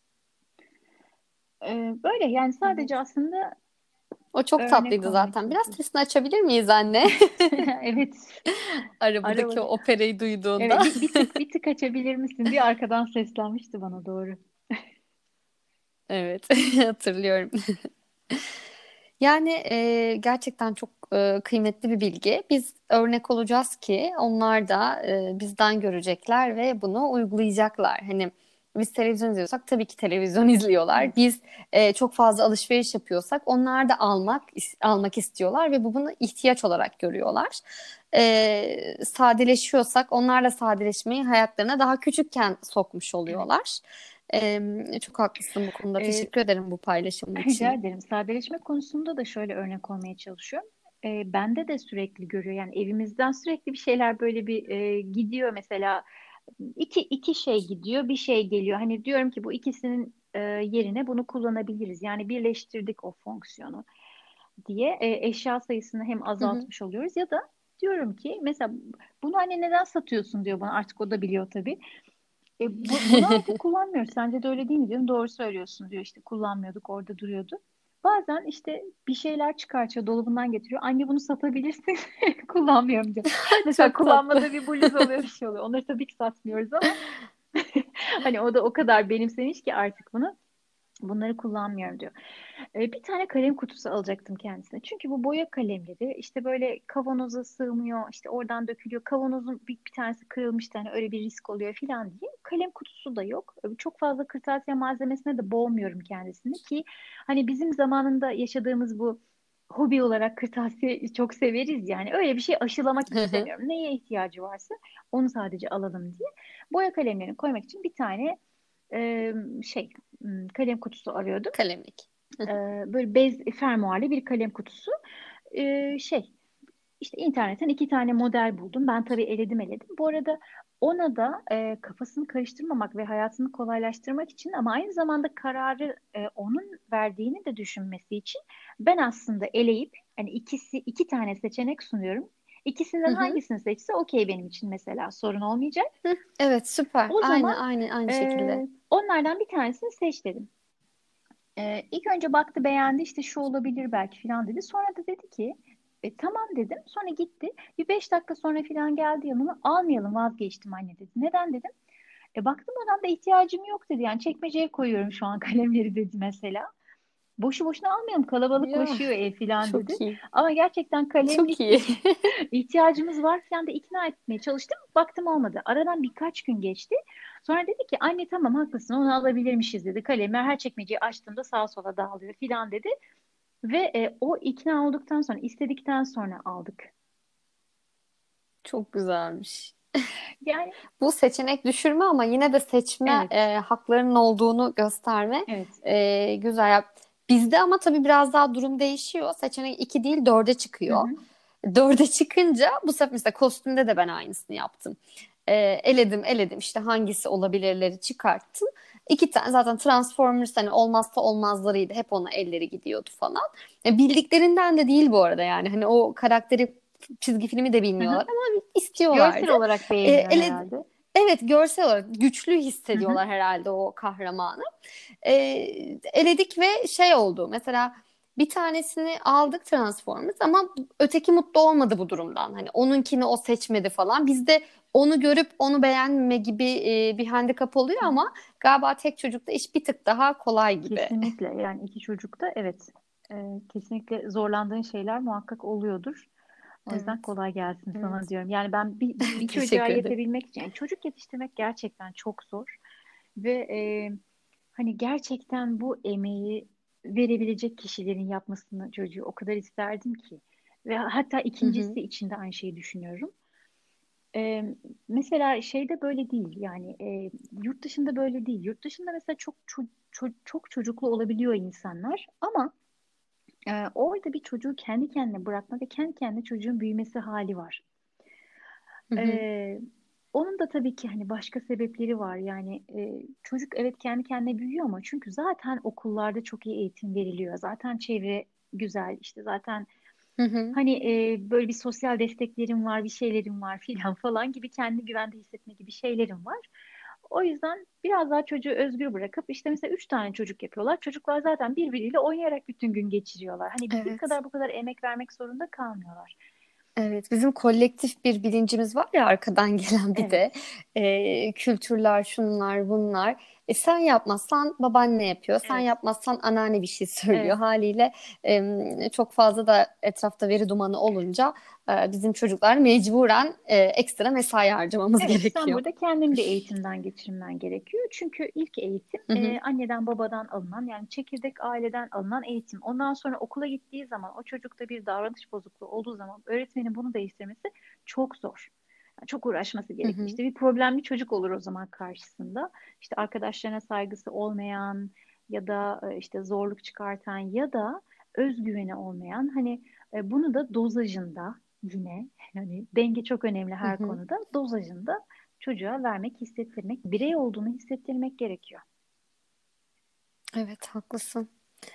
[SPEAKER 2] Böyle yani sadece
[SPEAKER 1] Evet.
[SPEAKER 2] aslında
[SPEAKER 1] O çok
[SPEAKER 2] örnek
[SPEAKER 1] tatlıydı
[SPEAKER 2] olmaya
[SPEAKER 1] zaten. Biraz
[SPEAKER 2] çalışıyoruz.
[SPEAKER 1] sesini açabilir miyiz anne?
[SPEAKER 2] Evet.
[SPEAKER 1] Arabadaki o
[SPEAKER 2] Arabada.
[SPEAKER 1] operayı duyduğunda.
[SPEAKER 2] Evet, bir tık açabilir misin diye arkadan seslenmişti bana doğru.
[SPEAKER 1] Evet, hatırlıyorum. Yani gerçekten çok kıymetli bir bilgi. Biz örnek olacağız ki onlar da bizden görecekler ve bunu uygulayacaklar. Hani biz televizyon izliyorsak tabii ki televizyon izliyorlar.
[SPEAKER 2] Evet.
[SPEAKER 1] Biz çok fazla alışveriş yapıyorsak onlar da almak istiyorlar ve bunu ihtiyaç olarak görüyorlar. Sadeleşiyorsak onlar da sadeleşmeyi hayatlarına daha küçükken sokmuş
[SPEAKER 2] Evet.
[SPEAKER 1] oluyorlar. Çok haklısın bu konuda.
[SPEAKER 2] Ee,
[SPEAKER 1] Teşekkür ederim bu paylaşımın
[SPEAKER 2] Rica
[SPEAKER 1] için.
[SPEAKER 2] ederim. Sadeleşme konusunda da şöyle örnek olmaya çalışıyorum. Bende de sürekli görüyor. Yani evimizden sürekli bir şeyler böyle bir gidiyor mesela. İki şey gidiyor, bir şey geliyor. Hani diyorum ki bu ikisinin yerine bunu kullanabiliriz. Yani birleştirdik o fonksiyonu diye eşya sayısını hem
[SPEAKER 1] Hı hı.
[SPEAKER 2] azaltmış oluyoruz ya da diyorum ki mesela bunu anne neden satıyorsun diyor bana. Artık o da biliyor tabii. Bunu artık kullanmıyoruz. Sence de öyle değil mi diyorum. Doğru söylüyorsun diyor. İşte kullanmıyorduk, orada duruyordu. Bazen işte bir şeyler çıkartıyor, dolabından getiriyor. Anne bunu satabilirsin. Kullanmıyorum diyor. Mesela
[SPEAKER 1] Çok tatlı.
[SPEAKER 2] kullanmadığı bir bluz oluyor, bir şey oluyor. Onları tabii ki satmıyoruz ama hani o da o kadar benimsemiş ki artık bunu. Bunları kullanmıyorum diyor. Bir tane kalem kutusu alacaktım kendisine. Çünkü bu boya kalemleri işte böyle kavanoza sığmıyor. İşte oradan dökülüyor. Kavanozun bir tanesi kırılmış, hani öyle bir risk oluyor falan diye. Kalem kutusu da yok. Çok fazla kırtasiye malzemesine de boğmuyorum kendisini ki hani bizim zamanında yaşadığımız bu hobi olarak kırtasiye çok severiz yani. Öyle bir şey aşılamak
[SPEAKER 1] Hı hı.
[SPEAKER 2] istemiyorum. Neye ihtiyacı varsa onu sadece alalım diye. Boya kalemlerini koymak için bir tane e, şey kalem kutusu arıyordum.
[SPEAKER 1] Kalemlik. Hı
[SPEAKER 2] E,
[SPEAKER 1] hı.
[SPEAKER 2] Böyle bez fermuarlı bir kalem kutusu. Şey işte internetten iki tane model buldum. Ben tabii eledim eledim. Bu arada ona da kafasını karıştırmamak ve hayatını kolaylaştırmak için ama aynı zamanda kararı onun verdiğini de düşünmesi için ben aslında eleyip hani iki tane seçenek sunuyorum.
[SPEAKER 1] Hı
[SPEAKER 2] İkisinden
[SPEAKER 1] hı.
[SPEAKER 2] hangisini seçse okey benim için mesela sorun olmayacak.
[SPEAKER 1] Hı. Evet, süper.
[SPEAKER 2] O
[SPEAKER 1] Aynı
[SPEAKER 2] zaman
[SPEAKER 1] aynı aynı şekilde.
[SPEAKER 2] onlardan bir tanesini seç dedim. İlk önce baktı beğendi işte şu olabilir belki falan dedi. Sonra da dedi ki tamam dedim. Sonra gitti. Bir 5 dakika sonra falan geldi yanıma. Almayalım vazgeçtim anne dedi. Neden dedim. Baktım odamda ihtiyacım yok dedi. Yani çekmeceye koyuyorum şu an kalemleri dedi mesela. Boşu boşuna almayalım
[SPEAKER 1] Ya,
[SPEAKER 2] kalabalıklaşıyor ev falan dedi.
[SPEAKER 1] çok iyi.
[SPEAKER 2] Ama gerçekten
[SPEAKER 1] Çok
[SPEAKER 2] kalemlik
[SPEAKER 1] iyi.
[SPEAKER 2] ihtiyacımız var falan da ikna etmeye çalıştım. Baktım olmadı. Aradan birkaç gün geçti. Sonra dedi ki anne tamam haklısın onu alabilirmişiz dedi. Kalemler her çekmeceyi açtığımda sağa sola dağılıyor falan dedi. Ve o ikna olduktan sonra istedikten sonra aldık.
[SPEAKER 1] Çok güzelmiş.
[SPEAKER 2] Yani
[SPEAKER 1] Bu seçenek düşürme ama yine de seçme
[SPEAKER 2] evet,
[SPEAKER 1] haklarının olduğunu gösterme
[SPEAKER 2] evet.
[SPEAKER 1] güzel. Bizde ama tabii biraz daha durum değişiyor. Seçenek 2 değil 4'e
[SPEAKER 2] Hı
[SPEAKER 1] çıkıyor.
[SPEAKER 2] hı,
[SPEAKER 1] 4'e çıkınca bu sefer mesela kostümde de ben aynısını yaptım. Eledim işte hangisi olabilirleri çıkarttım. İki tane zaten Transformers hani olmazsa olmazlarıydı. Hep ona elleri gidiyordu falan. Bildiklerinden de değil bu arada yani. Hani o karakteri çizgi filmi de
[SPEAKER 2] hı hı.
[SPEAKER 1] bilmiyorlar ama
[SPEAKER 2] Görsel
[SPEAKER 1] istiyorlardı.
[SPEAKER 2] olarak
[SPEAKER 1] E,
[SPEAKER 2] beğeniyor
[SPEAKER 1] ele,
[SPEAKER 2] herhalde.
[SPEAKER 1] evet, görsel olarak güçlü
[SPEAKER 2] Hı hı.
[SPEAKER 1] hissediyorlar herhalde o kahramanı. E, Eledik ve şey oldu mesela bir tanesini aldık Transformers ama öteki mutlu olmadı bu durumdan. Hani onunkini o seçmedi falan. Bizde onu görüp onu beğenme gibi bir handikap oluyor
[SPEAKER 2] Hı hı.
[SPEAKER 1] ama galiba tek çocukta iş bir tık daha kolay gibi.
[SPEAKER 2] Kesinlikle yani iki çocukta evet kesinlikle zorlandığın şeyler muhakkak oluyordur. O yüzden
[SPEAKER 1] Evet,
[SPEAKER 2] kolay gelsin sana
[SPEAKER 1] evet.
[SPEAKER 2] diyorum. Yani ben bir çocuğa
[SPEAKER 1] Teşekkür ederim.
[SPEAKER 2] yetebilmek için yani çocuk yetiştirmek gerçekten çok zor ve hani gerçekten bu emeği verebilecek kişilerin yapmasını çocuğu o kadar isterdim ki ve hatta
[SPEAKER 1] Hı hı.
[SPEAKER 2] ikincisi için de aynı şeyi düşünüyorum. E, Mesela şeyde böyle değil yani yurt dışında böyle değil. Yurt dışında mesela çok çocuklu olabiliyor insanlar ama orada bir çocuğu kendi kendine bırakma ve kendi kendine çocuğun büyümesi hali var.
[SPEAKER 1] Hı hı.
[SPEAKER 2] E, Onun da tabii ki hani başka sebepleri var. Yani çocuk evet kendi kendine büyüyor ama çünkü zaten okullarda çok iyi eğitim veriliyor. Zaten çevre güzel işte zaten
[SPEAKER 1] Hı hı.
[SPEAKER 2] hani böyle bir sosyal desteklerim var, bir şeylerim var filan falan gibi kendi güvende hissetme gibi şeylerim var. O yüzden biraz daha çocuğu özgür bırakıp işte mesela 3 tane çocuk yapıyorlar. Çocuklar zaten birbiriyle oynayarak bütün gün geçiriyorlar. Hani bizim
[SPEAKER 1] Evet.
[SPEAKER 2] kadar bu kadar emek vermek zorunda kalmıyorlar.
[SPEAKER 1] Evet, bizim kolektif bir bilincimiz var ya arkadan gelen bir de
[SPEAKER 2] Evet,
[SPEAKER 1] kültürler, şunlar, bunlar. Sen yapmazsan babaanne yapıyor, sen
[SPEAKER 2] evet,
[SPEAKER 1] yapmazsan anneanne bir şey söylüyor.
[SPEAKER 2] evet.
[SPEAKER 1] Haliyle çok fazla da etrafta veri dumanı olunca bizim çocuklar mecburen ekstra mesai harcamamız
[SPEAKER 2] Evet, sen
[SPEAKER 1] gerekiyor.
[SPEAKER 2] burada kendin bir eğitimden geçirmen gerekiyor. Çünkü ilk eğitim
[SPEAKER 1] Hı hı,
[SPEAKER 2] anneden babadan alınan yani çekirdek aileden alınan eğitim. Ondan sonra okula gittiği zaman o çocukta bir davranış bozukluğu olduğu zaman öğretmenin bunu değiştirmesi çok zor. Yani çok uğraşması
[SPEAKER 1] hı
[SPEAKER 2] gerekiyor.
[SPEAKER 1] hı,
[SPEAKER 2] İşte bir problemli çocuk olur o zaman karşısında. İşte arkadaşlarına saygısı olmayan ya da işte zorluk çıkartan ya da özgüveni olmayan hani bunu da dozajında yine yani denge çok önemli
[SPEAKER 1] hı
[SPEAKER 2] her
[SPEAKER 1] hı.
[SPEAKER 2] konuda. Dozajında çocuğa vermek, hissettirmek, birey olduğunu hissettirmek gerekiyor.
[SPEAKER 1] Evet, haklısın.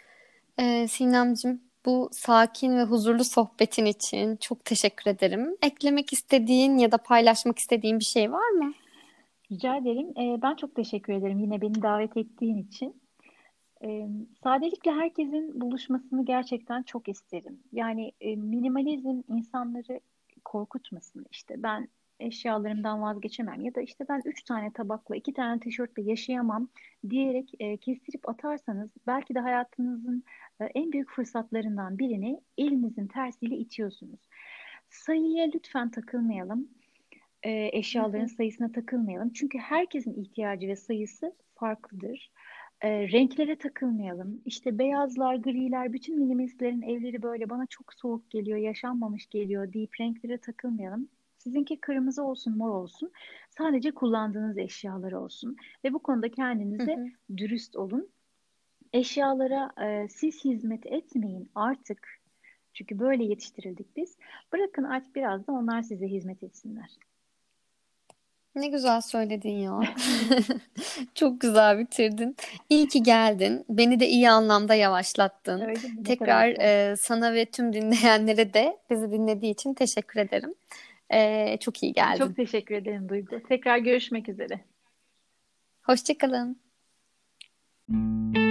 [SPEAKER 1] Sinemcim, bu sakin ve huzurlu sohbetin için çok teşekkür ederim. Eklemek istediğin ya da paylaşmak istediğin bir şey var mı?
[SPEAKER 2] Rica ederim. Ben çok teşekkür ederim yine beni davet ettiğin için. Sadelikle herkesin buluşmasını gerçekten çok isterim. Yani minimalizm insanları korkutmasın. İşte ben eşyalarımdan vazgeçemem ya da işte ben 3 tane tabakla 2 tane tişörtle yaşayamam diyerek kestirip atarsanız belki de hayatınızın en büyük fırsatlarından birini elinizin tersiyle itiyorsunuz. Sayıya lütfen takılmayalım.
[SPEAKER 1] Hı
[SPEAKER 2] Eşyaların
[SPEAKER 1] hı.
[SPEAKER 2] sayısına takılmayalım. Çünkü herkesin ihtiyacı ve sayısı farklıdır. Renklere takılmayalım. İşte beyazlar, griler, bütün minimalistlerin evleri böyle bana çok soğuk geliyor, yaşanmamış geliyor deyip renklere takılmayalım. Sizinki kırmızı olsun, mor olsun. Sadece kullandığınız eşyalar olsun. Ve bu konuda
[SPEAKER 1] Hı
[SPEAKER 2] kendinize
[SPEAKER 1] hı.
[SPEAKER 2] dürüst olun. Eşyalara siz hizmet etmeyin artık. Çünkü böyle yetiştirildik biz. Bırakın artık biraz da onlar size hizmet etsinler.
[SPEAKER 1] Ne güzel söyledin ya. Çok güzel bitirdin. İyi ki geldin. Beni de iyi anlamda yavaşlattın.
[SPEAKER 2] Öyle mi? Ne kadar
[SPEAKER 1] Tekrar
[SPEAKER 2] güzel.
[SPEAKER 1] sana ve tüm dinleyenlere de bizi dinlediği için teşekkür ederim. Çok iyi
[SPEAKER 2] Çok
[SPEAKER 1] geldin.
[SPEAKER 2] teşekkür ederim Duygu. Tekrar görüşmek üzere.
[SPEAKER 1] Hoşça kalın.